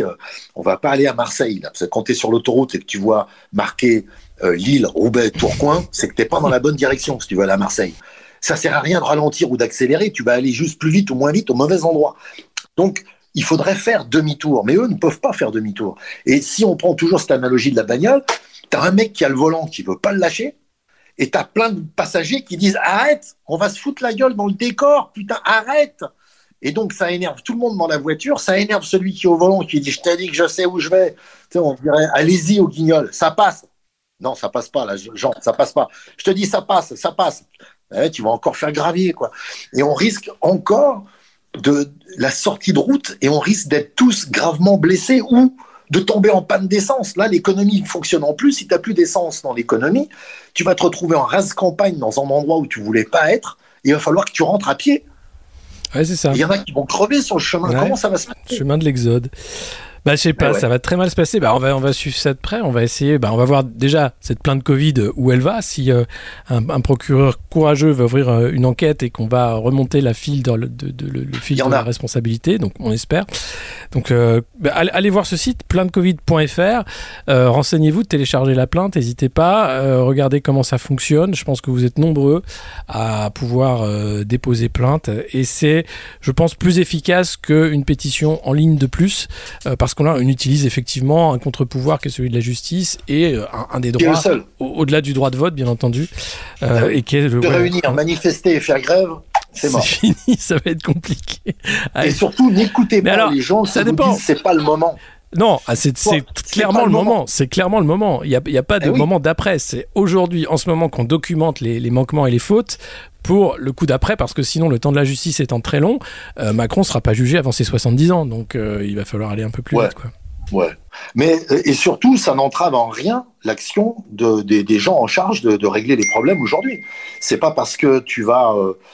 B: à Marseille. Là. Parce que quand tu es sur l'autoroute et que tu vois marqué Lille, Roubaix, Tourcoing, c'est que t'es pas dans la bonne direction si tu veux aller à Marseille. Ça sert à rien de ralentir ou d'accélérer, tu vas aller juste plus vite ou moins vite au mauvais endroit. Donc, il faudrait faire demi-tour, mais eux ne peuvent pas faire demi-tour. Et si on prend toujours cette analogie de la bagnole, t'as un mec qui a le volant qui veut pas le lâcher, et t'as plein de passagers qui disent « Arrête, on va se foutre la gueule dans le décor, putain, arrête !» Et donc, ça énerve tout le monde dans la voiture, ça énerve celui qui est au volant, qui dit « Je t'ai dit que je sais où je vais. » Tu sais, on dirait « Allez-y au guignol, ça passe. » Non, ça passe pas, là, Jean, ça passe pas. Je te dis « Ça passe, ça passe. » Tu vas encore faire gravier, quoi. Et on risque encore de la sortie de route et on risque d'être tous gravement blessés ou de tomber en panne d'essence. Là, l'économie ne fonctionnant plus. Si tu n'as plus d'essence dans l'économie, tu vas te retrouver en rase campagne dans un endroit où tu voulais pas être. Et il va falloir que tu rentres à pied.
C: Ouais, c'est ça.
B: Il y en a qui vont crever sur le chemin. Ouais. Comment ça va se passer ?
C: Chemin de l'exode. Bah, je sais pas, ça va très mal se passer. Bah, on va suivre ça de près. On va essayer. Bah, on va voir déjà cette plainte Covid où elle va. Si un procureur courageux va ouvrir une enquête et qu'on va remonter le fil de la responsabilité, donc on espère. Donc, allez voir ce site plaintecovid.fr. Renseignez-vous, téléchargez la plainte. N'hésitez pas. Regardez comment ça fonctionne. Je pense que vous êtes nombreux à pouvoir déposer plainte et c'est, je pense, plus efficace qu'une pétition en ligne de plus parce qu'on utilise effectivement un contre-pouvoir qui est celui de la justice et un des droits, au-delà du droit de vote, bien entendu. Et qui est
B: réunir, manifester et faire grève, c'est mort.
C: C'est fini, ça va être compliqué.
B: Et surtout, n'écoutez pas les gens, ça dépend. Disent, c'est pas le moment.
C: Non, c'est clairement le moment. C'est clairement le moment. Il n'y a pas de moment d'après. C'est aujourd'hui, en ce moment, qu'on documente les manquements et les fautes pour le coup d'après, parce que sinon, le temps de la justice étant très long, Macron ne sera pas jugé avant ses 70 ans. Donc, il va falloir aller un peu plus vite, quoi.
B: Ouais. Mais, et surtout, ça n'entrave en rien l'action des gens en charge de régler les problèmes aujourd'hui. C'est pas parce que tu vas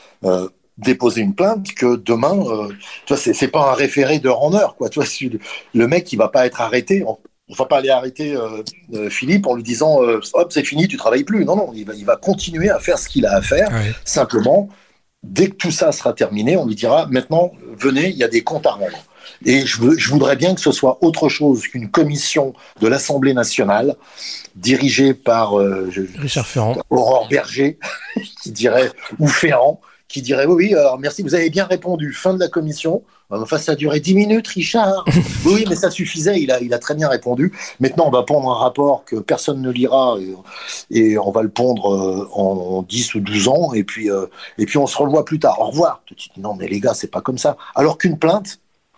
B: déposer une plainte que demain, tu vois, c'est pas un référé d'heure en heure, quoi. Tu vois, le mec, il va pas être arrêté. On va pas aller arrêter Philippe en lui disant hop, c'est fini, tu travailles plus. Non, il va continuer à faire ce qu'il a à faire. Ouais. Simplement, dès que tout ça sera terminé, on lui dira maintenant, venez, il y a des comptes à rendre. Et je voudrais bien que ce soit autre chose qu'une commission de l'Assemblée nationale dirigée par
C: Richard Ferrand,
B: Aurore Berger, qui dirait, ou Ferrand, qui dirait oui, alors merci, vous avez bien répondu, fin de la commission. Enfin, ça a duré 10 minutes, Richard. Oui, mais ça suffisait, il a très bien répondu. Maintenant, on va pondre un rapport que personne ne lira et on va le pondre en 10 ou 12 ans et puis on se revoit plus tard. Au revoir. Tu te dis, non, mais les gars, c'est pas comme ça. Alors qu'une plainte,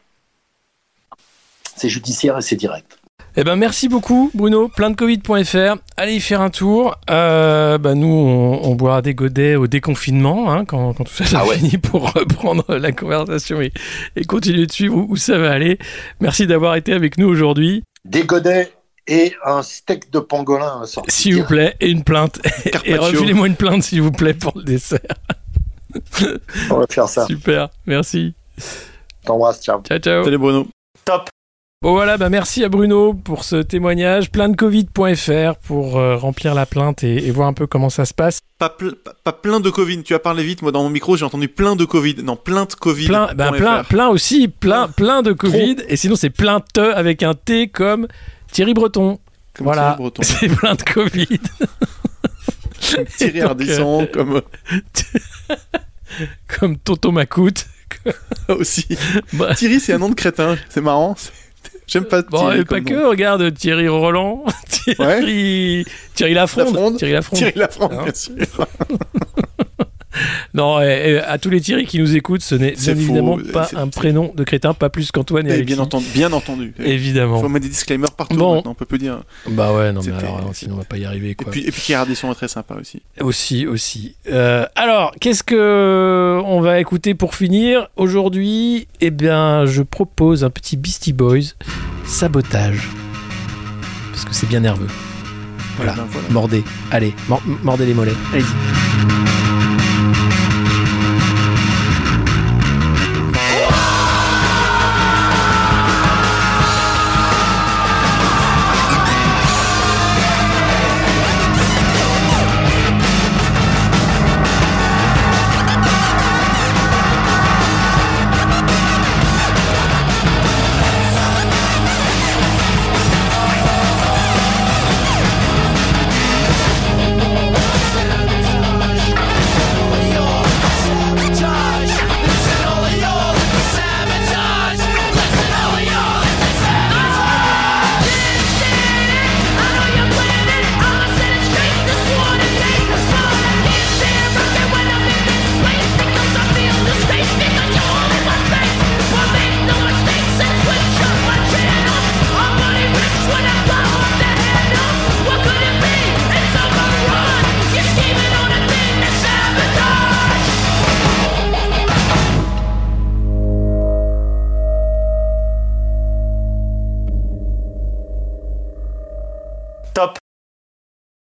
B: c'est judiciaire et c'est direct.
C: Eh ben merci beaucoup Bruno, plaintecovid.fr, allez y faire un tour. Nous on boira des godets au déconfinement quand tout ça sera fini pour reprendre la conversation et continuer de suivre où ça va aller. Merci d'avoir été avec nous aujourd'hui.
B: Des godets et un steak de pangolin à sortir.
C: S'il vous plaît, et une plainte. Et refilez-moi une plainte s'il vous plaît pour le dessert.
B: On va faire ça.
C: Super, merci.
B: T'embrasse, ciao.
C: Ciao.
D: Salut Bruno.
B: Top.
C: Bon voilà, merci à Bruno pour ce témoignage. Plaintecovid.fr pour remplir la plainte et voir un peu comment ça se passe.
D: Pas plein de Covid, tu as parlé vite, moi dans mon micro j'ai entendu plein de Covid. Non, plaintecovid.
C: Plein aussi, plein de Covid. Et sinon c'est plainte avec un T comme Thierry Breton.
D: Comme
C: voilà,
D: Thierry Breton.
C: C'est plein de Covid.
D: Thierry Ardisson,
C: comme Tonton Macoute.
D: Aussi. Thierry c'est un nom de crétin, c'est marrant. J'aime pas Thierry.
C: Bon, pas que, regarde Thierry Roland, Thierry Lafronde. Thierry Lafronde,
D: bien sûr.
C: Non, à tous les Thierry qui nous écoutent, ce n'est bien évidemment pas un prénom de crétin, pas plus qu'Antoine et Alexis.
D: Bien entendu.
C: Évidemment.
D: Il faut mettre des disclaimers partout maintenant, on peut plus dire.
C: Bah ouais, non mais alors sinon on va pas y arriver quoi.
D: Et puis Thierry Ardisson est très sympa aussi.
C: Aussi. Alors, qu'est-ce que on va écouter pour finir aujourd'hui ? Eh bien, je propose un petit Beastie Boys, Sabotage. Parce que c'est bien nerveux. Voilà. Mordez. Allez, mordez les mollets. Allez-y.